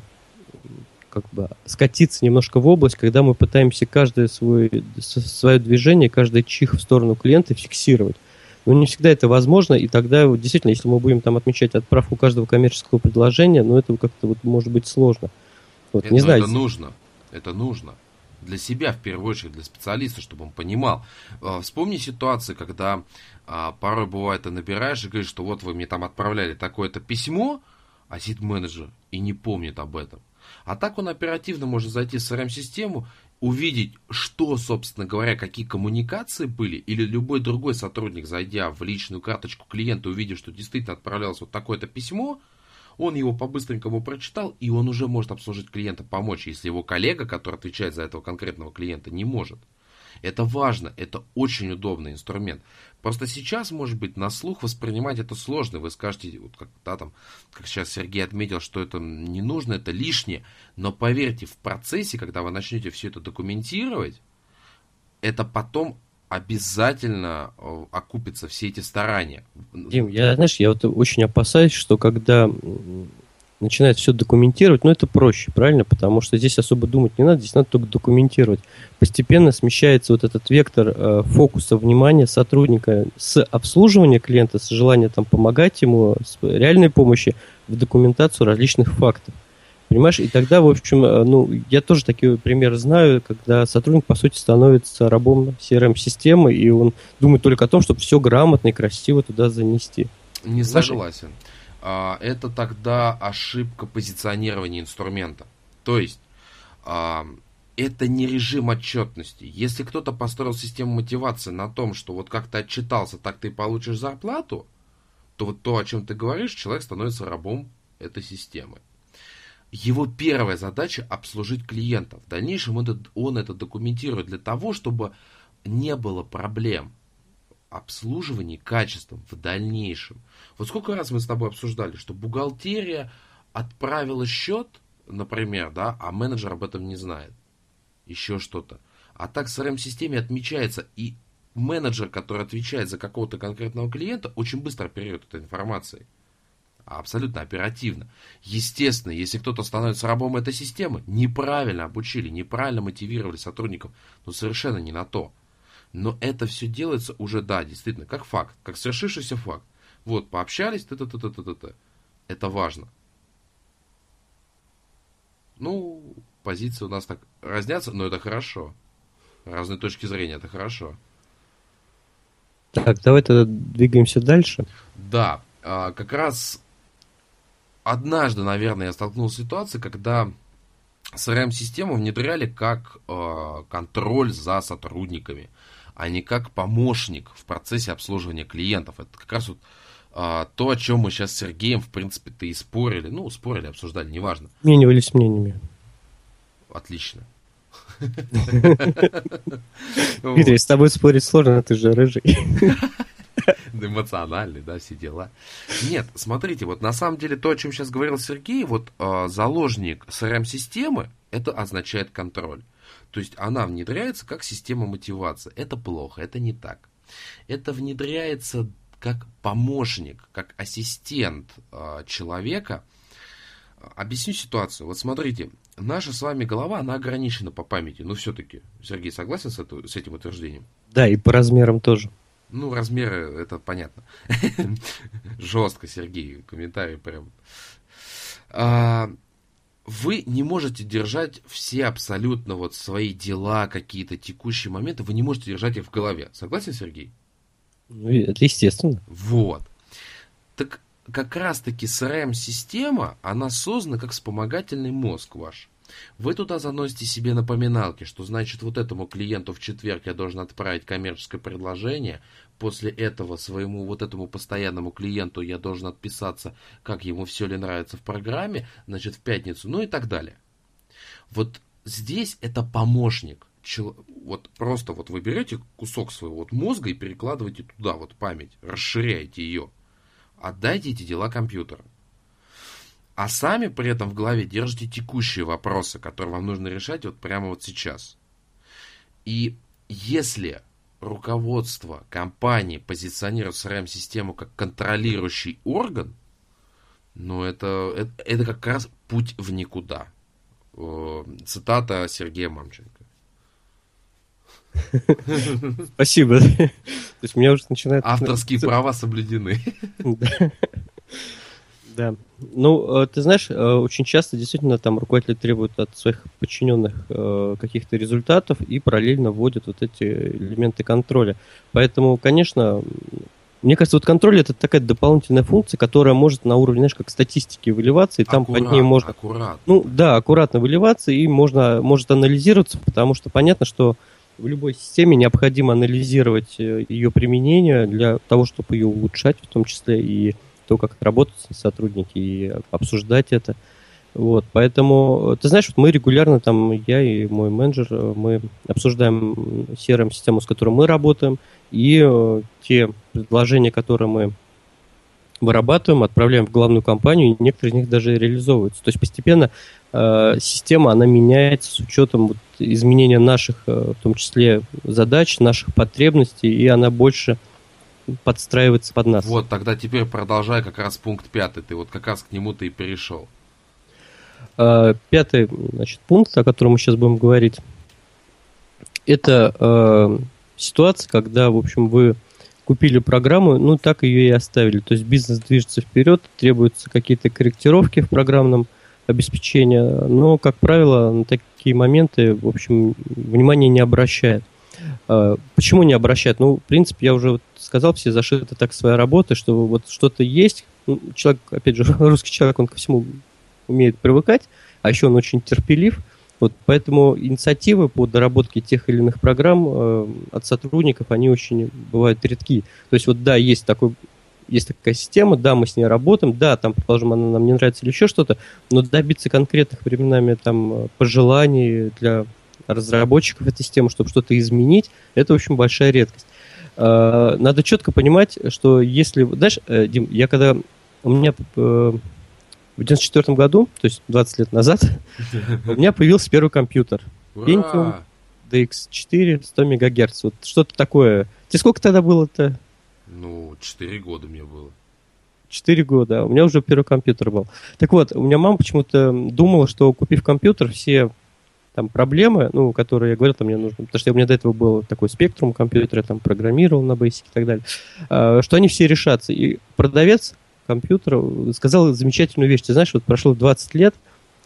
как бы скатиться немножко в область, когда мы пытаемся каждое свое, свое движение, каждый чих в сторону клиента фиксировать. Но не всегда это возможно, и тогда вот, действительно, если мы будем там отмечать отправку каждого коммерческого предложения, ну это как-то вот может быть сложно. Вот, это, не знаю. Это нужно. Это нужно. Для себя, в первую очередь, для специалиста, чтобы он понимал. Вспомни ситуации, когда а, порой бывает, ты набираешь и говоришь, что вот вы мне там отправляли такое-то письмо, а сидит менеджер и не помнит об этом. А так он оперативно может зайти в си ар эм-систему, увидеть, что, собственно говоря, какие коммуникации были, или любой другой сотрудник, зайдя в личную карточку клиента, увидев, что действительно отправлялось вот такое-то письмо, он его по-быстренькому прочитал, и он уже может обслужить клиента, помочь, если его коллега, который отвечает за этого конкретного клиента, не может. Это важно, это очень удобный инструмент. Просто сейчас, может быть, на слух воспринимать это сложно. Вы скажете, вот как, да, там, как сейчас Сергей отметил, что это не нужно, это лишнее. Но поверьте, в процессе, когда вы начнете все это документировать, это потом обязательно окупится, все эти старания. Дим, я, знаешь, я вот очень опасаюсь, что когда начинает все документировать, ну это проще, правильно? Потому что здесь особо думать не надо, здесь надо только документировать. Постепенно смещается вот этот вектор э, фокуса внимания сотрудника с обслуживания клиента, с желания там помогать ему, с реальной помощи в документацию различных фактов. Понимаешь? И тогда, в общем, э, ну, я тоже такие примеры знаю, когда сотрудник, по сути, становится рабом си ар эм-системы, и он думает только о том, чтобы все грамотно и красиво туда занести. Не согласен. Это тогда ошибка позиционирования инструмента. То есть, это не режим отчетности. Если кто-то построил систему мотивации на том, что вот как ты отчитался, так ты получишь зарплату, то вот то, о чем ты говоришь, человек становится рабом этой системы. Его первая задача обслужить клиента. В дальнейшем он это, он это документирует для того, чтобы не было проблем. Обслуживание качеством в дальнейшем. Вот сколько раз мы с тобой обсуждали, что бухгалтерия отправила счет, например, да, а менеджер об этом не знает. Еще что-то. А так в си ар эм-системе отмечается, и менеджер, который отвечает за какого-то конкретного клиента, очень быстро оперирует этой информацией. Абсолютно оперативно. Естественно, если кто-то становится рабом этой системы, неправильно обучили, неправильно мотивировали сотрудников, но совершенно не на то. Но это все делается уже, да, действительно, как факт, как свершившийся факт. Вот, пообщались, т-т-т-т-т-т. Это важно. Ну, позиции у нас так разнятся, но это хорошо. Разные точки зрения, это хорошо. Так, давай тогда двигаемся дальше. Да, как раз однажды, наверное, я столкнулся с ситуацией, когда си ар эм-систему внедряли как контроль за сотрудниками, а не как помощник в процессе обслуживания клиентов. Это как раз вот то, о чем мы сейчас с Сергеем, в принципе-то, и спорили. Ну, спорили, обсуждали, неважно. Обменивались мнениями. Отлично. Дмитрий, с тобой спорить сложно, ты же рыжий. Эмоциональный, да, все дела. Нет, смотрите, вот на самом деле то, о чем сейчас говорил Сергей, вот э, заложник си ар эм-системы, это означает контроль. То есть она внедряется как система мотивации. Это плохо, это не так. Это внедряется как помощник, как ассистент э, человека. Объясню ситуацию. Вот смотрите, наша с вами голова, она ограничена по памяти. Но все-таки, Сергей, согласен с, это, с этим утверждением? Да, и по размерам тоже. Ну, размеры, это понятно. Жестко, Сергей, комментарий прям. А, вы не можете держать все абсолютно вот свои дела, какие-то текущие моменты, вы не можете держать их в голове. Согласен, Сергей? Ну, это естественно. Вот. Так как раз-таки си ар эм-система, она создана как вспомогательный мозг ваш. Вы туда заносите себе напоминалки, что значит вот этому клиенту в четверг я должен отправить коммерческое предложение, после этого своему вот этому постоянному клиенту я должен отписаться, как ему все ли нравится в программе, значит в пятницу, ну и так далее. Вот здесь это помощник. Вот просто вот вы берете кусок своего вот мозга и перекладываете туда вот память, расширяете ее. Отдайте эти дела компьютеру. А сами при этом в голове держите текущие вопросы, которые вам нужно решать вот прямо вот сейчас. И если руководство компании позиционирует си ар эм-систему как контролирующий орган, ну это, это, это как раз путь в никуда. Цитата Сергея Мамченко. Спасибо. То есть меня уже начинает... Авторские права соблюдены. Да. Ну, ты знаешь, очень часто действительно там руководители требуют от своих подчиненных каких-то результатов и параллельно вводят вот эти элементы контроля. Поэтому, конечно, мне кажется, вот контроль это такая дополнительная функция, которая может на уровне, знаешь, как статистики выливаться, и там аккуратно, под ней можно... Аккуратно. Ну, да, аккуратно выливаться, и можно, может анализироваться, потому что понятно, что в любой системе необходимо анализировать ее применение для того, чтобы ее улучшать, в том числе и то, как работают сотрудники, и обсуждать это. Вот, поэтому, ты знаешь, вот мы регулярно, там, я и мой менеджер, мы обсуждаем си ар эм-систему, с которой мы работаем, и э, те предложения, которые мы вырабатываем, отправляем в главную компанию, и некоторые из них даже реализовываются. То есть постепенно э, система, она меняется с учетом вот, изменения наших, э, в том числе, задач, наших потребностей, и она больше подстраивается под нас. Вот, тогда теперь продолжай как раз пункт пятый. Ты вот как раз к нему ты и перешел. Э, пятый, значит, пункт, о котором мы сейчас будем говорить, это э, ситуация, когда, в общем, вы купили программу, ну, так ее и оставили. То есть бизнес движется вперед, требуются какие-то корректировки в программном обеспечении, но, как правило, на такие моменты, в общем, внимания не обращают. Почему не обращают? Ну, в принципе, я уже вот сказал, все зашиты так своей работой, что вот что-то есть. Ну, человек, опять же, русский человек, он ко всему умеет привыкать, а еще он очень терпелив. Вот поэтому инициативы по доработке тех или иных программ э, от сотрудников, они очень бывают редки. То есть вот да, есть, такой, есть такая система, да, мы с ней работаем, да, там, предположим, она нам не нравится или еще что-то, но добиться конкретных временами там пожеланий для разработчиков этой системы, чтобы что-то изменить, это, в общем, большая редкость. Э, надо четко понимать, что если... Знаешь, э, Дим, я когда... У меня... Э, В девяносто четвёртом году, то есть двадцать лет назад, у меня появился первый компьютер. Pentium ди экс четыре, сто мегагерц. Вот что-то такое. Тебе сколько тогда было-то? Ну, четыре года мне было. четыре года. У меня уже первый компьютер был. Так вот, у меня мама почему-то думала, что купив компьютер, все там проблемы, ну, которые я говорил, там мне нужно, потому что у меня до этого был такой спектрум компьютера, я там программировал на Basic и так далее, что они все решатся. И продавец компьютера сказал замечательную вещь. Ты знаешь, вот прошло двадцать лет,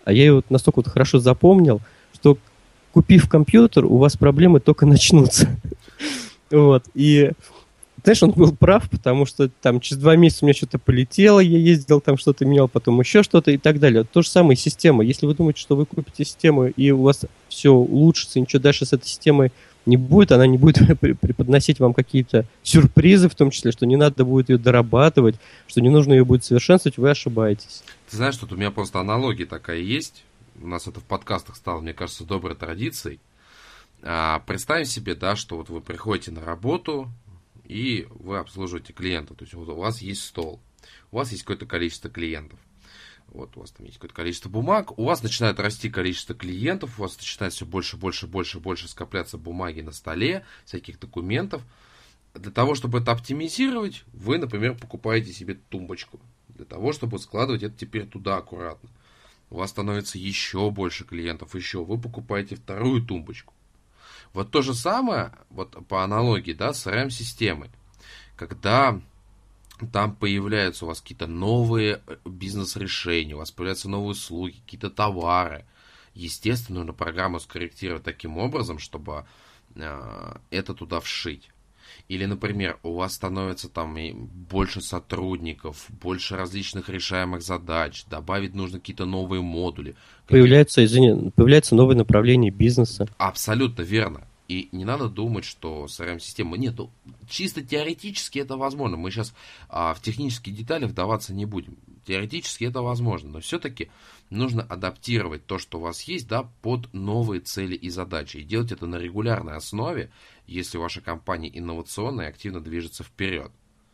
а я ее вот настолько вот хорошо запомнил, что купив компьютер, у вас проблемы только начнутся. Вот, и... Знаешь, он был прав, потому что там через два месяца у меня что-то полетело, я ездил там что-то менял, потом еще что-то и так далее. То же самое система. Если вы думаете, что вы купите систему, и у вас все улучшится, и ничего дальше с этой системой не будет, она не будет преподносить вам какие-то сюрпризы, в том числе, что не надо будет ее дорабатывать, что не нужно ее будет совершенствовать, вы ошибаетесь. Ты знаешь, тут у меня просто аналогия такая есть. У нас это в подкастах стало, мне кажется, доброй традицией. А, представим себе, да, что вот вы приходите на работу, и вы обслуживаете клиента. То есть вот у вас есть стол, у вас есть какое-то количество клиентов. Вот у вас там есть какое-то количество бумаг, у вас начинает расти количество клиентов, у вас начинает все больше, больше, больше, больше скопляться бумаги на столе, всяких документов. Для того, чтобы это оптимизировать, вы, например, покупаете себе тумбочку. Для того, чтобы складывать это теперь туда аккуратно. У вас становится еще больше клиентов, еще. Вы покупаете вторую тумбочку. Вот то же самое, вот по аналогии, да, с си ар эм-системой. Когда там появляются у вас какие-то новые бизнес-решения, у вас появляются новые услуги, какие-то товары, естественно, нужно программу скорректировать таким образом, чтобы э, это туда вшить. Или, например, у вас становится там больше сотрудников, больше различных решаемых задач, добавить нужно какие-то новые модули. Появляются, извини, появляется новое направление бизнеса. Абсолютно верно. И не надо думать, что си ар эм-система... Нет, ну, чисто теоретически это возможно. Мы сейчас а, в технические детали вдаваться не будем. Теоретически это возможно, но все-таки нужно адаптировать то, что у вас есть, да, под новые цели и задачи. И делать это на регулярной основе, если ваша компания инновационная и активно движется вперед.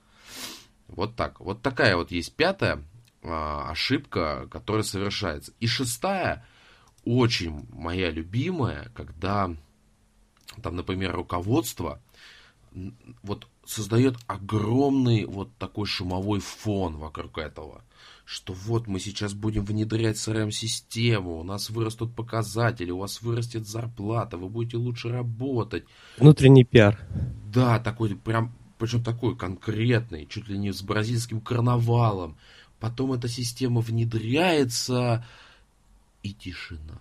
Вот так. Вот такая вот есть пятая а, ошибка, которая совершается. И шестая, очень моя любимая, когда... Там, например, руководство вот создает огромный вот такой шумовой фон вокруг этого, что вот мы сейчас будем внедрять си ар эм-систему, у нас вырастут показатели, у вас вырастет зарплата, вы будете лучше работать. Внутренний пиар. Да, такой прям, причем такой конкретный, чуть ли не с бразильским карнавалом. Потом эта система внедряется, и тишина.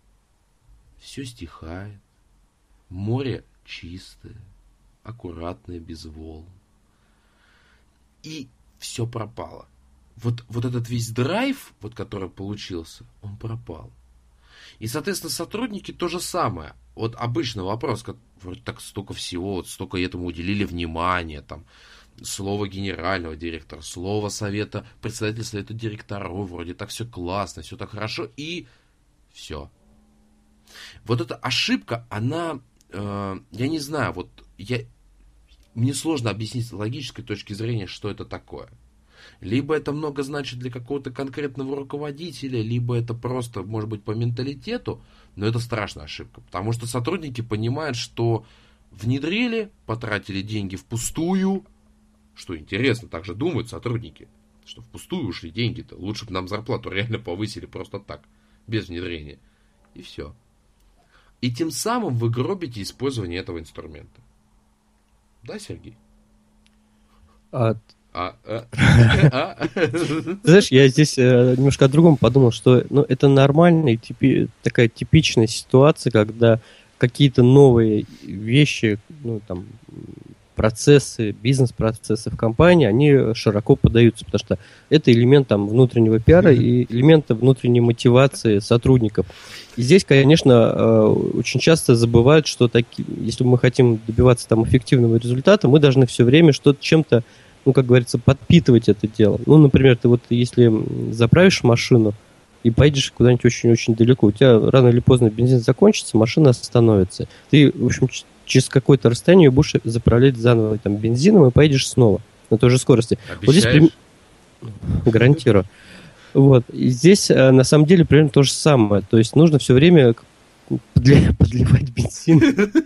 Все стихает. Море чистое, аккуратное, без волн. И все пропало. Вот, вот этот весь драйв, вот, который получился, он пропал. И, соответственно, сотрудники то же самое. Вот обычный вопрос, как вроде так столько всего, вот столько этому уделили внимания, там, слово генерального директора, слово совета, председателя совета директоров, вроде так все классно, все так хорошо, и все. Вот эта ошибка, она... Я не знаю, вот я, мне сложно объяснить с логической точки зрения, что это такое. Либо это много значит для какого-то конкретного руководителя, либо это просто, может быть, по менталитету, но это страшная ошибка. Потому что сотрудники понимают, что внедрили, потратили деньги впустую. Что интересно, так же думают сотрудники, что впустую ушли деньги-то. Лучше бы нам зарплату реально повысили просто так, без внедрения. И все. И тем самым вы гробите использование этого инструмента. Да, Сергей? А... А, а, а. Ты знаешь, я здесь э, немножко о другом подумал, что ну, это нормальная, типи, такая типичная ситуация, когда какие-то новые вещи, ну, там, процессы, бизнес-процессы в компании, они широко подаются, потому что это элемент там, внутреннего пиара и элемент внутренней мотивации сотрудников. И здесь, конечно, очень часто забывают, что таки, если мы хотим добиваться там, эффективного результата, мы должны все время что-то чем-то, ну, как говорится, подпитывать это дело. Ну, например, ты вот если заправишь машину и поедешь куда-нибудь очень-очень далеко, у тебя рано или поздно бензин закончится, машина остановится. Ты, в общем, через какое-то расстояние будешь заправлять заново там, бензином и поедешь снова на той же скорости. Обещаешь? Вот здесь гарантирую. Вот. И здесь на самом деле примерно то же самое. То есть нужно все время подливать бензин.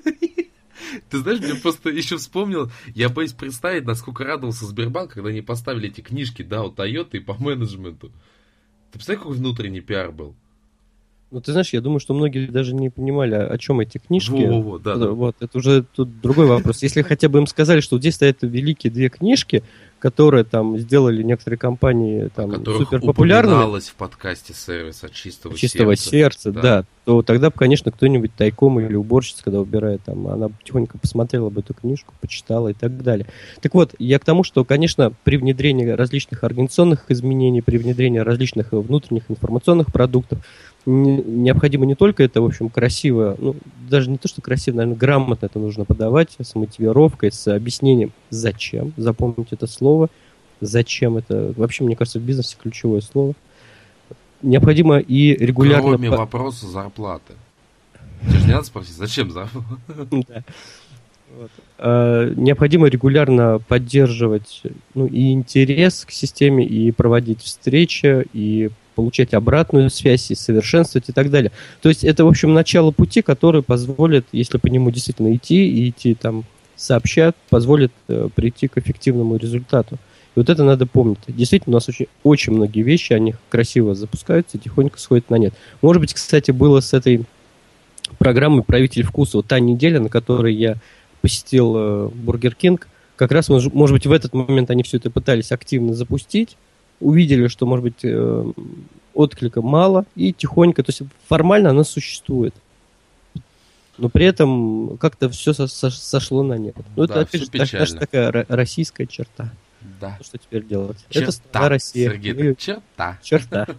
Ты знаешь, мне просто еще вспомнил, я боюсь представить, насколько радовался Сбербанк, когда они поставили эти книжки, да, у Toyota и по менеджменту. Ты представляешь, какой внутренний пиар был? Ну, ты знаешь, я думаю, что многие даже не понимали, о чем эти книжки. Во-во-во, да, это, да. Вот, это уже тут другой вопрос. Если хотя бы им сказали, что здесь стоят великие две книжки, которые там сделали некоторые компании там супер популярными. Упоминалось в подкасте сервис от чистого, чистого сердца, сердца да. да, то тогда, конечно, кто-нибудь тайком или уборщица, когда убирает, там, она тихонько посмотрела бы эту книжку, почитала и так далее. Так вот, я к тому, что, конечно, при внедрении различных организационных изменений, при внедрении различных внутренних информационных продуктов, необходимо не только это, в общем, красиво, ну, даже не то, что красиво, наверное, грамотно это нужно подавать, с мотивировкой, с объяснением, зачем, запомнить это слово, зачем это, вообще, мне кажется, в бизнесе ключевое слово. Необходимо и регулярно... Кроме вопроса зарплаты. Тебе же не надо спросить, зачем зарплата? Да. Вот. А, необходимо регулярно поддерживать, ну, и интерес к системе, и проводить встречи, и получать обратную связь, и совершенствовать, и так далее. То есть это, в общем, начало пути, который позволит, если по нему действительно идти, и идти там сообща, позволит э, прийти к эффективному результату. И вот это надо помнить. Действительно, у нас очень, очень многие вещи, они красиво запускаются, тихонько сходят на нет. Может быть, кстати, было с этой программой «Правитель вкуса» вот та неделя, на которой я посетил э, Бургер Кинг. Как раз, может, может быть, в этот момент они все это пытались активно запустить, увидели, что, может быть, э, отклика мало, и тихонько, то есть формально она существует. Но при этом как-то все со- со- сошло на нет. Ну, Да, это, опять же, так, наша такая р- российская черта. Да. Что теперь делать? Черта, это страна Россия. Сергей, Мы... черта. Черта.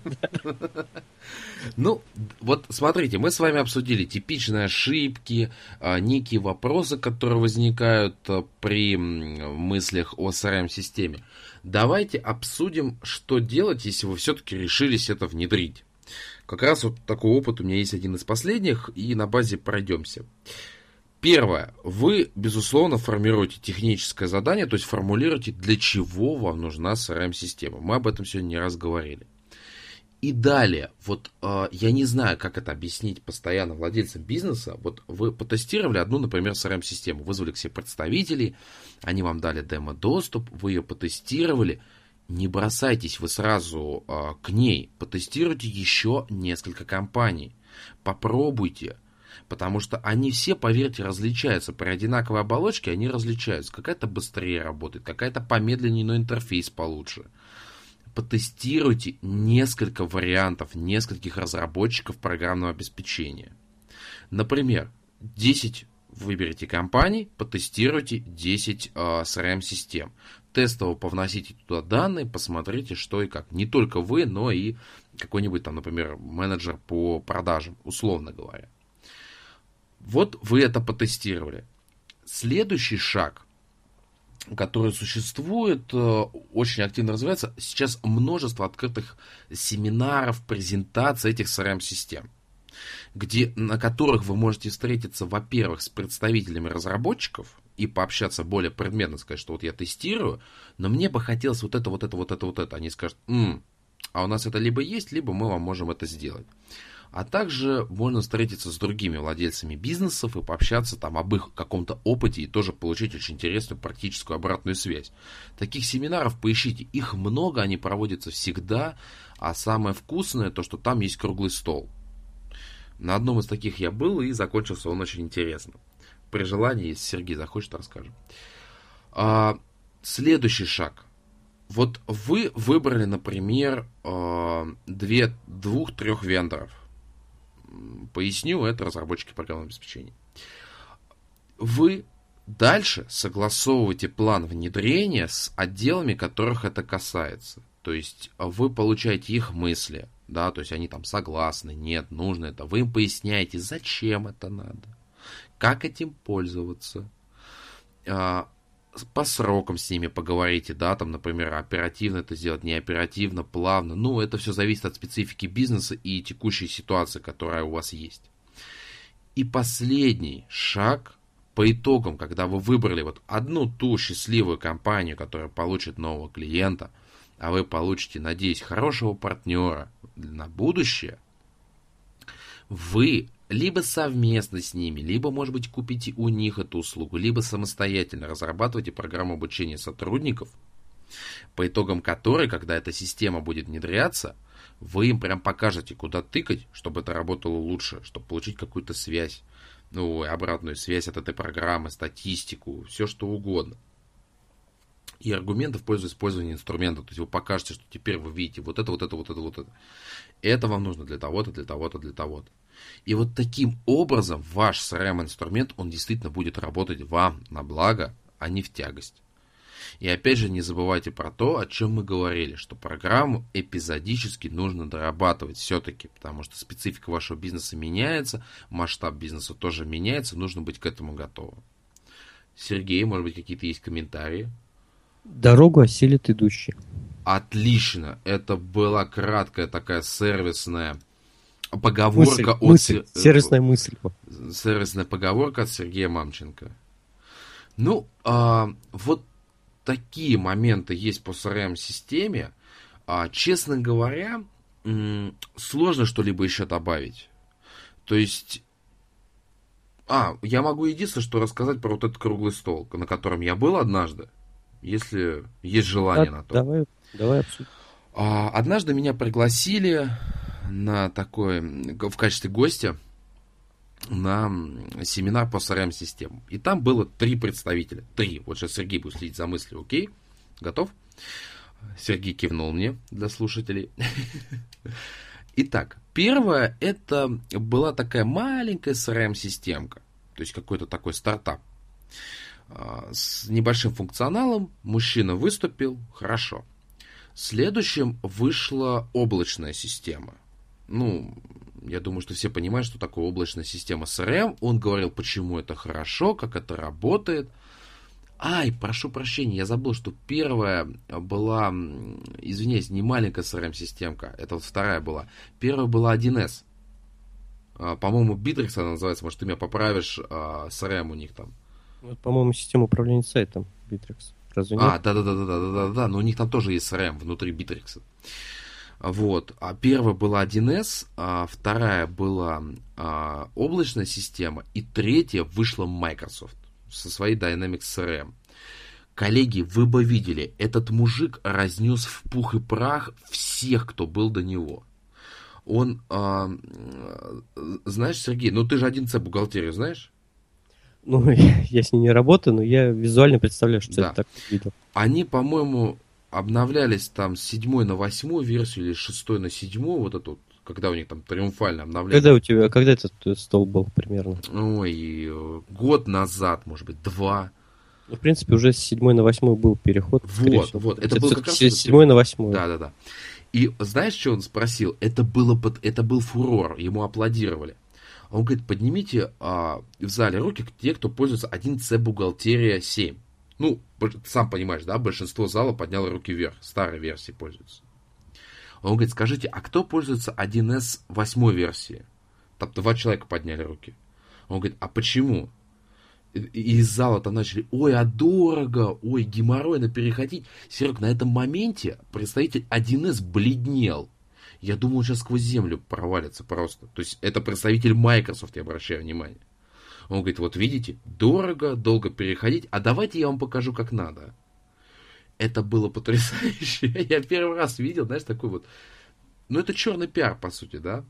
Ну, вот смотрите, мы с вами обсудили типичные ошибки, некие вопросы, которые возникают при мыслях о си ар эм-системе. Давайте обсудим, что делать, если вы все-таки решились это внедрить. Как раз вот такой опыт у меня есть один из последних, и на базе пройдемся. Первое. Вы, безусловно, формируете техническое задание, то есть формулируете, для чего вам нужна си ар эм-система. Мы об этом сегодня не раз говорили. И далее, вот э, я не знаю, как это объяснить постоянно владельцам бизнеса. Вот вы потестировали одну, например, си ар эм-систему, вызвали к себе представителей, они вам дали демо-доступ, вы ее потестировали. Не бросайтесь вы сразу э, к ней, потестируйте еще несколько компаний, попробуйте. Потому что они все, поверьте, различаются. При одинаковой оболочке они различаются. Какая-то быстрее работает, какая-то помедленнее, но интерфейс получше. Потестируйте несколько вариантов, нескольких разработчиков программного обеспечения. Например, десять выберите компаний, потестируйте десять э, си ар эм-систем. Тестово повносите туда данные, посмотрите, что и как. Не только вы, но и какой-нибудь там, например, менеджер по продажам, условно говоря. Вот вы это потестировали. Следующий шаг, который существует, очень активно развивается. Сейчас множество открытых семинаров, презентаций этих си ар эм-систем, где, на которых вы можете встретиться, во-первых, с представителями разработчиков и пообщаться более предметно, сказать, что вот я тестирую, но мне бы хотелось вот это, вот это, вот это, вот это. Они скажут, М, а у нас это либо есть, либо мы вам можем это сделать. А также можно встретиться с другими владельцами бизнесов и пообщаться там об их каком-то опыте и тоже получить очень интересную практическую обратную связь. Таких семинаров поищите, их много, они проводятся всегда, а самое вкусное то, что там есть круглый стол. На одном из таких я был, и закончился он очень интересно. При желании, если Сергей захочет, расскажем. А, следующий шаг. Вот вы выбрали, например, две, двух-трех вендоров. Поясню, это разработчики программного обеспечения. Вы дальше согласовываете план внедрения с отделами, которых это касается. То есть вы получаете их мысли, да, то есть они там согласны, нет, нужно это. Вы им поясняете, зачем это надо, как этим пользоваться. По срокам с ними поговорите, да, там, например, оперативно это сделать, не оперативно, плавно. Ну, это все зависит от специфики бизнеса и текущей ситуации, которая у вас есть. И последний шаг по итогам, когда вы выбрали вот одну ту счастливую компанию, которая получит нового клиента, а вы получите, надеюсь, хорошего партнера на будущее, вы либо совместно с ними, либо, может быть, купите у них эту услугу, либо самостоятельно разрабатывайте программу обучения сотрудников, по итогам которой, когда эта система будет внедряться, вы им прям покажете, куда тыкать, чтобы это работало лучше, чтобы получить какую-то связь, ну, обратную связь от этой программы, статистику, все что угодно. и аргументы в пользу использования инструмента. То есть вы покажете, что теперь вы видите вот это, вот это, вот это, вот это. Это вам нужно для того-то, для того-то, для того-то. И вот таким образом ваш си ар эм-инструмент, он действительно будет работать вам на благо, а не в тягость. И опять же не забывайте про то, о чем мы говорили, что программу эпизодически нужно дорабатывать все-таки, потому что специфика вашего бизнеса меняется, масштаб бизнеса тоже меняется, нужно быть к этому готовым. Сергей, может быть, какие-то есть комментарии? Дорогу осилит идущий. Отлично. Это была краткая такая сервисная поговорка. Мысль, от... мысль, сервисная мысль. Сервисная поговорка от Сергея Мамченко. Ну, а, вот такие моменты есть по си ар эм-системе. А, честно говоря, м- сложно что-либо еще добавить. То есть... А, я могу единственное, что рассказать про вот этот круглый стол, на котором я был однажды. Если есть желание Да, на то. Давай, давай обсудим. А, однажды меня пригласили на такой, в качестве гостя на семинар по си ар эм-системам. И там было три представителя. Три. Вот сейчас Сергей будет следить за мыслью. Окей? Готов? Сергей кивнул мне для слушателей. Итак, первое, это была такая маленькая си ар эм-системка. То есть какой-то такой стартап. С небольшим функционалом. Мужчина выступил. Хорошо. Следующим вышла облачная система. Ну, я думаю, что все понимают, что такое облачная система си ар эм. Он говорил, почему это хорошо, как это работает. Ай, прошу прощения, я забыл, что первая была, извиняюсь, не маленькая си ар эм-системка, это вот вторая была. Первая была один эс. По-моему, Bittrex она называется, может, ты меня поправишь, си ар эм у них там. Вот, по-моему, система управления сайтом Bittrex. Разве нет? А, да-да-да-да-да-да, но у них там тоже есть си ар эм внутри Bittrex. Вот. А первая была один эс, а вторая была а, облачная система, и третья вышла Microsoft со своей Dynamics си ар эм. Коллеги, вы бы видели, этот мужик разнес в пух и прах всех, кто был до него. Он, а, знаешь, Сергей, ну ты же один эс бухгалтерию знаешь? Ну, я с ней не работаю, но я визуально представляю, что Да. это так видел. Они, по-моему, обновлялись там с седьмой на восьмую версию или с шестой на седьмую, вот эту, когда у них там триумфально обновление. Когда у тебя, когда этот стол был примерно? Ой, год назад, может быть, два. Ну, в принципе, уже с седьмой на восьмую был переход. Вот, всего. вот. Это, Это был как раз... с седьмой на восьмую. Да, да, да. И знаешь, что он спросил? Это, было под... это был фурор, ему аплодировали. Он говорит, поднимите а, в зале руки те, кто пользуется один эс бухгалтерия семь. Ну, сам понимаешь, да, большинство зала подняло руки вверх, старой версии пользуются. Он говорит, скажите, а кто пользуется один эс восьмой версии? Там два человека подняли руки. Он говорит, а почему? И из зала-то начали, ой, а дорого, ой, геморройно переходить. Серег, на этом моменте представитель один эс бледнел. Я думаю, он сейчас сквозь землю провалится просто. То есть это представитель Microsoft, я обращаю внимание. Он говорит, вот видите, дорого, долго переходить, а давайте я вам покажу, как надо. Это было потрясающе. Я первый раз видел, знаешь, такой вот... Ну, это черный пиар, по сути, да?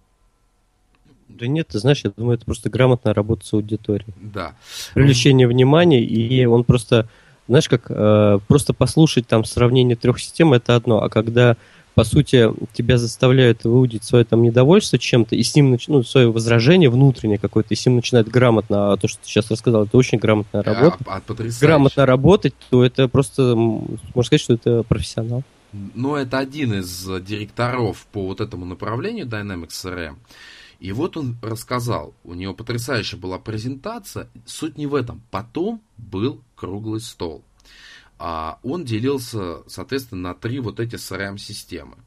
Да нет, ты знаешь, я думаю, это просто грамотная работа с аудиторией. Да. Привлечение внимания, и он просто, знаешь, как э, просто послушать там сравнение трех систем, это одно, а когда, по сути, тебя заставляют выудить свое там недовольство чем-то, и с ним, ну, свое возражение внутреннее какое-то, и с ним начинает грамотно, а то, что ты сейчас рассказал, это очень грамотная работа. А, а, грамотно работать, то это просто, можно сказать, что это профессионал. Ну, это один из директоров по вот этому направлению Dynamics си ар эм. И вот он рассказал, у него потрясающая была презентация, суть не в этом. Потом был круглый стол. А он делился, соответственно, на три вот эти си ар эм-системы.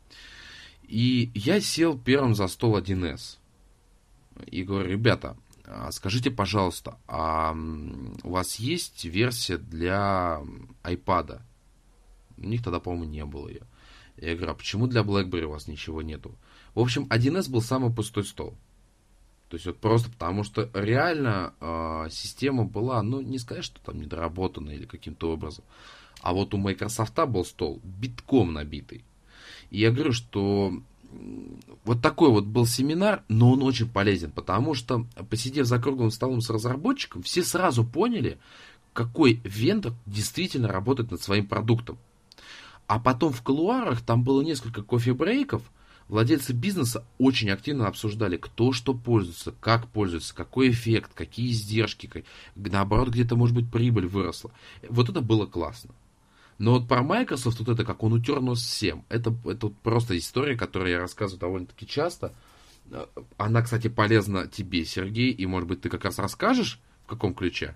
И я сел первым за стол один эс. И говорю, ребята, скажите, пожалуйста, а у вас есть версия для iPad? У них тогда, по-моему, не было ее. Я говорю, а почему для BlackBerry у вас ничего нету? В общем, один эс был самый пустой стол. То есть вот просто потому, что реально э, система была, ну, не сказать, что там недоработанная или каким-то образом. А вот у Microsoft был стол битком набитый. И я говорю, что вот такой вот был семинар, но он очень полезен, потому что, посидев за круглым столом с разработчиком, все сразу поняли, какой вендор действительно работает над своим продуктом. А потом в кулуарах там было несколько кофе-брейков, владельцы бизнеса очень активно обсуждали, кто что пользуется, как пользуется, какой эффект, какие издержки, как, наоборот, где-то, может быть, прибыль выросла. Вот это было классно. Но вот про Microsoft, вот это, как он утер нос всем, это, это вот просто история, которую я рассказываю довольно-таки часто. Она, кстати, полезна тебе, Сергей, и, может быть, ты как раз расскажешь, в каком ключе?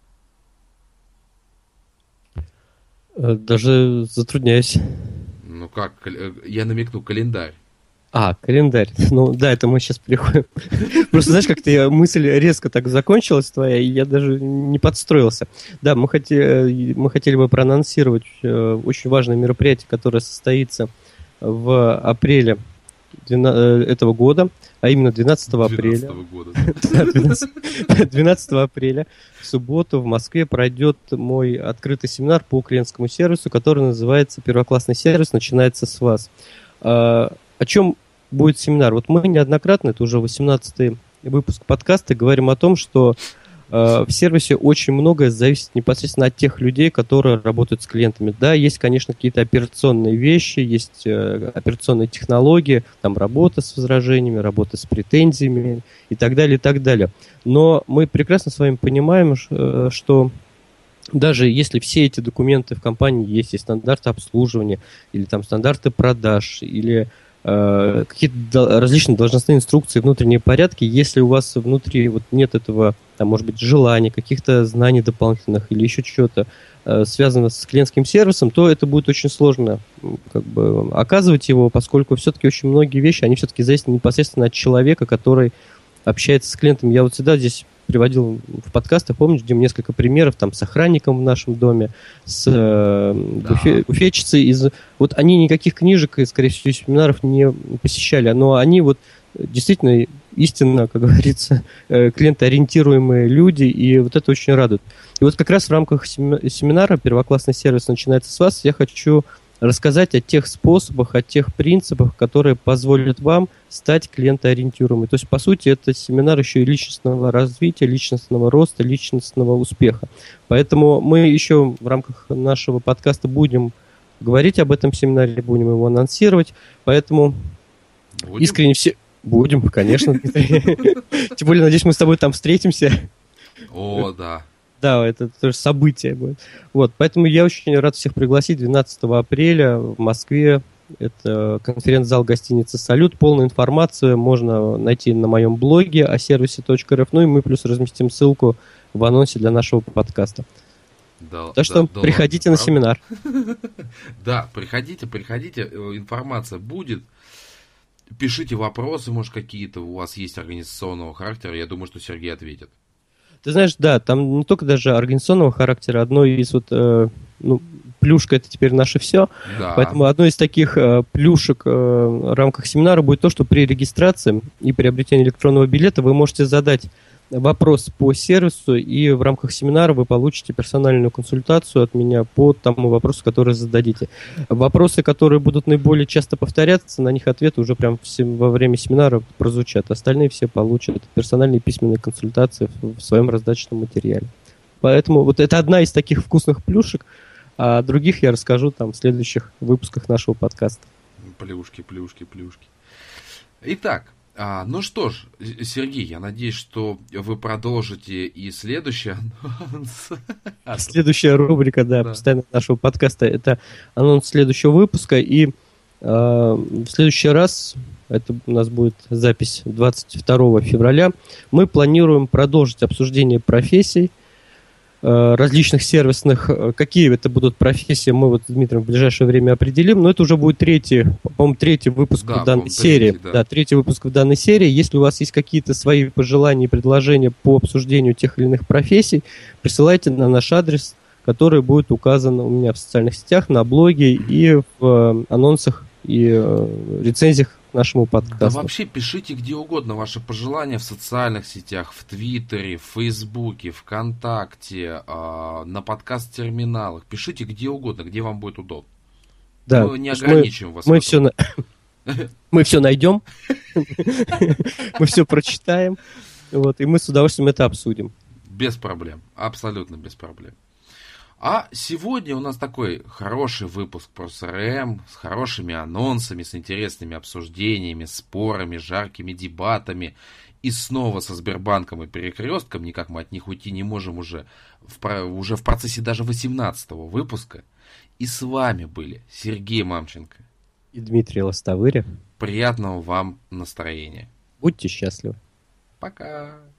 Даже затрудняюсь. Ну как, я намекну, календарь. А, календарь. Ну да, это мы сейчас переходим. Просто знаешь, как-то мысль резко так закончилась твоя, и я даже не подстроился. Да, мы хотели, мы хотели бы проанонсировать очень важное мероприятие, которое состоится в апреле этого года, а именно двенадцатого апреля. двенадцатого апреля в субботу в Москве пройдет мой открытый семинар по клиентскому сервису, который называется «Первоклассный сервис начинается с вас». О чем будет семинар? Вот мы неоднократно, это уже восемнадцатый выпуск подкаста, говорим о том, что в сервисе очень многое зависит непосредственно от тех людей, которые работают с клиентами. Да, есть, конечно, какие-то операционные вещи, есть операционные технологии, там работа с возражениями, работа с претензиями и так далее, и так далее. Но мы прекрасно с вами понимаем, что даже если все эти документы в компании есть, и стандарты обслуживания, или там стандарты продаж, или какие-то различные должностные инструкции, внутренние порядки, если у вас внутри вот нет этого, там, может быть, желания, каких-то знаний дополнительных или еще чего-то э, связано с клиентским сервисом, то это будет очень сложно как бы оказывать его, поскольку все-таки очень многие вещи, они все-таки зависят непосредственно от человека, который общается с клиентом. Я вот всегда здесь приводил в подкастах, помнишь, Дим, несколько примеров, там, с охранником в нашем доме, с э, да. буфе, буфетчицей из... Вот они никаких книжек и, скорее всего, семинаров не посещали, но они вот действительно истинно, как говорится, клиентоориентируемые люди, и вот это очень радует. И вот как раз в рамках семинара «Первоклассный сервис начинается с вас» я хочу рассказать о тех способах, о тех принципах, которые позволят вам стать клиентоориентируемым. То есть, по сути, это семинар еще и личностного развития, личностного роста, личностного успеха. Поэтому мы еще в рамках нашего подкаста будем говорить об этом семинаре, будем его анонсировать. Поэтому будем? Искренне все... Будем, конечно. Тем более, надеюсь, мы с тобой там встретимся. О, да. Да, это тоже событие будет. Вот, поэтому я очень рад всех пригласить двенадцатого апреля в Москве. Это конференц-зал гостиницы «Салют». Полную информацию можно найти на моем блоге о сервисе точка эр эф. Ну и мы плюс разместим ссылку в анонсе для нашего подкаста. Да, так что да, приходите да, на семинар. Да, приходите, приходите. Информация будет. Пишите вопросы, может, какие-то у вас есть организационного характера. Я думаю, что Сергей ответит. Ты знаешь, да, там не только даже организационного характера, одно из вот, э, ну, плюшка это теперь наше все, да. Поэтому одно из таких э, плюшек э, в рамках семинара будет то, что при регистрации и приобретении электронного билета вы можете задать вопрос по сервису, и в рамках семинара вы получите персональную консультацию от меня по тому вопросу, который зададите. Вопросы, которые будут наиболее часто повторяться, на них ответы уже прям во время семинара прозвучат. Остальные все получат персональные письменные консультации в своем раздаточном материале. Поэтому вот это одна из таких вкусных плюшек, а других я расскажу там в следующих выпусках нашего подкаста. Плюшки, плюшки, плюшки. Итак, А, ну что ж, Сергей, я надеюсь, что вы продолжите и следующий анонс. Следующая рубрика, да, да. постоянно нашего подкаста, это анонс следующего выпуска. И э, в следующий раз, это у нас будет запись двадцать второго февраля, мы планируем продолжить обсуждение профессий, различных сервисных, какие это будут профессии, мы вот с Дмитрием в ближайшее время определим, но это уже будет третий, по-моему, третий выпуск да, в данной серии. Третий, да. да, третий выпуск в данной серии. Если у вас есть какие-то свои пожелания и предложения по обсуждению тех или иных профессий, присылайте на наш адрес, который будет указан у меня в социальных сетях, на блоге и в анонсах и рецензиях нашему подкасту. Да вообще пишите где угодно ваши пожелания в социальных сетях, в Твиттере, в Фейсбуке, ВКонтакте, э, на подкаст-терминалах. Пишите где угодно, где вам будет удобно. Да, мы не ограничим мы, вас. Мы все, на... мы все найдем, мы все прочитаем, вот, и мы с удовольствием это обсудим. Без проблем, абсолютно без проблем. А сегодня у нас такой хороший выпуск про СРМ, с хорошими анонсами, с интересными обсуждениями, спорами, жаркими дебатами. И снова со Сбербанком и Перекрестком, никак мы от них уйти не можем уже, в, уже в процессе даже восемнадцатого выпуска. И с вами были Сергей Мамченко и Дмитрий Лостовыря. Приятного вам настроения. Будьте счастливы. Пока.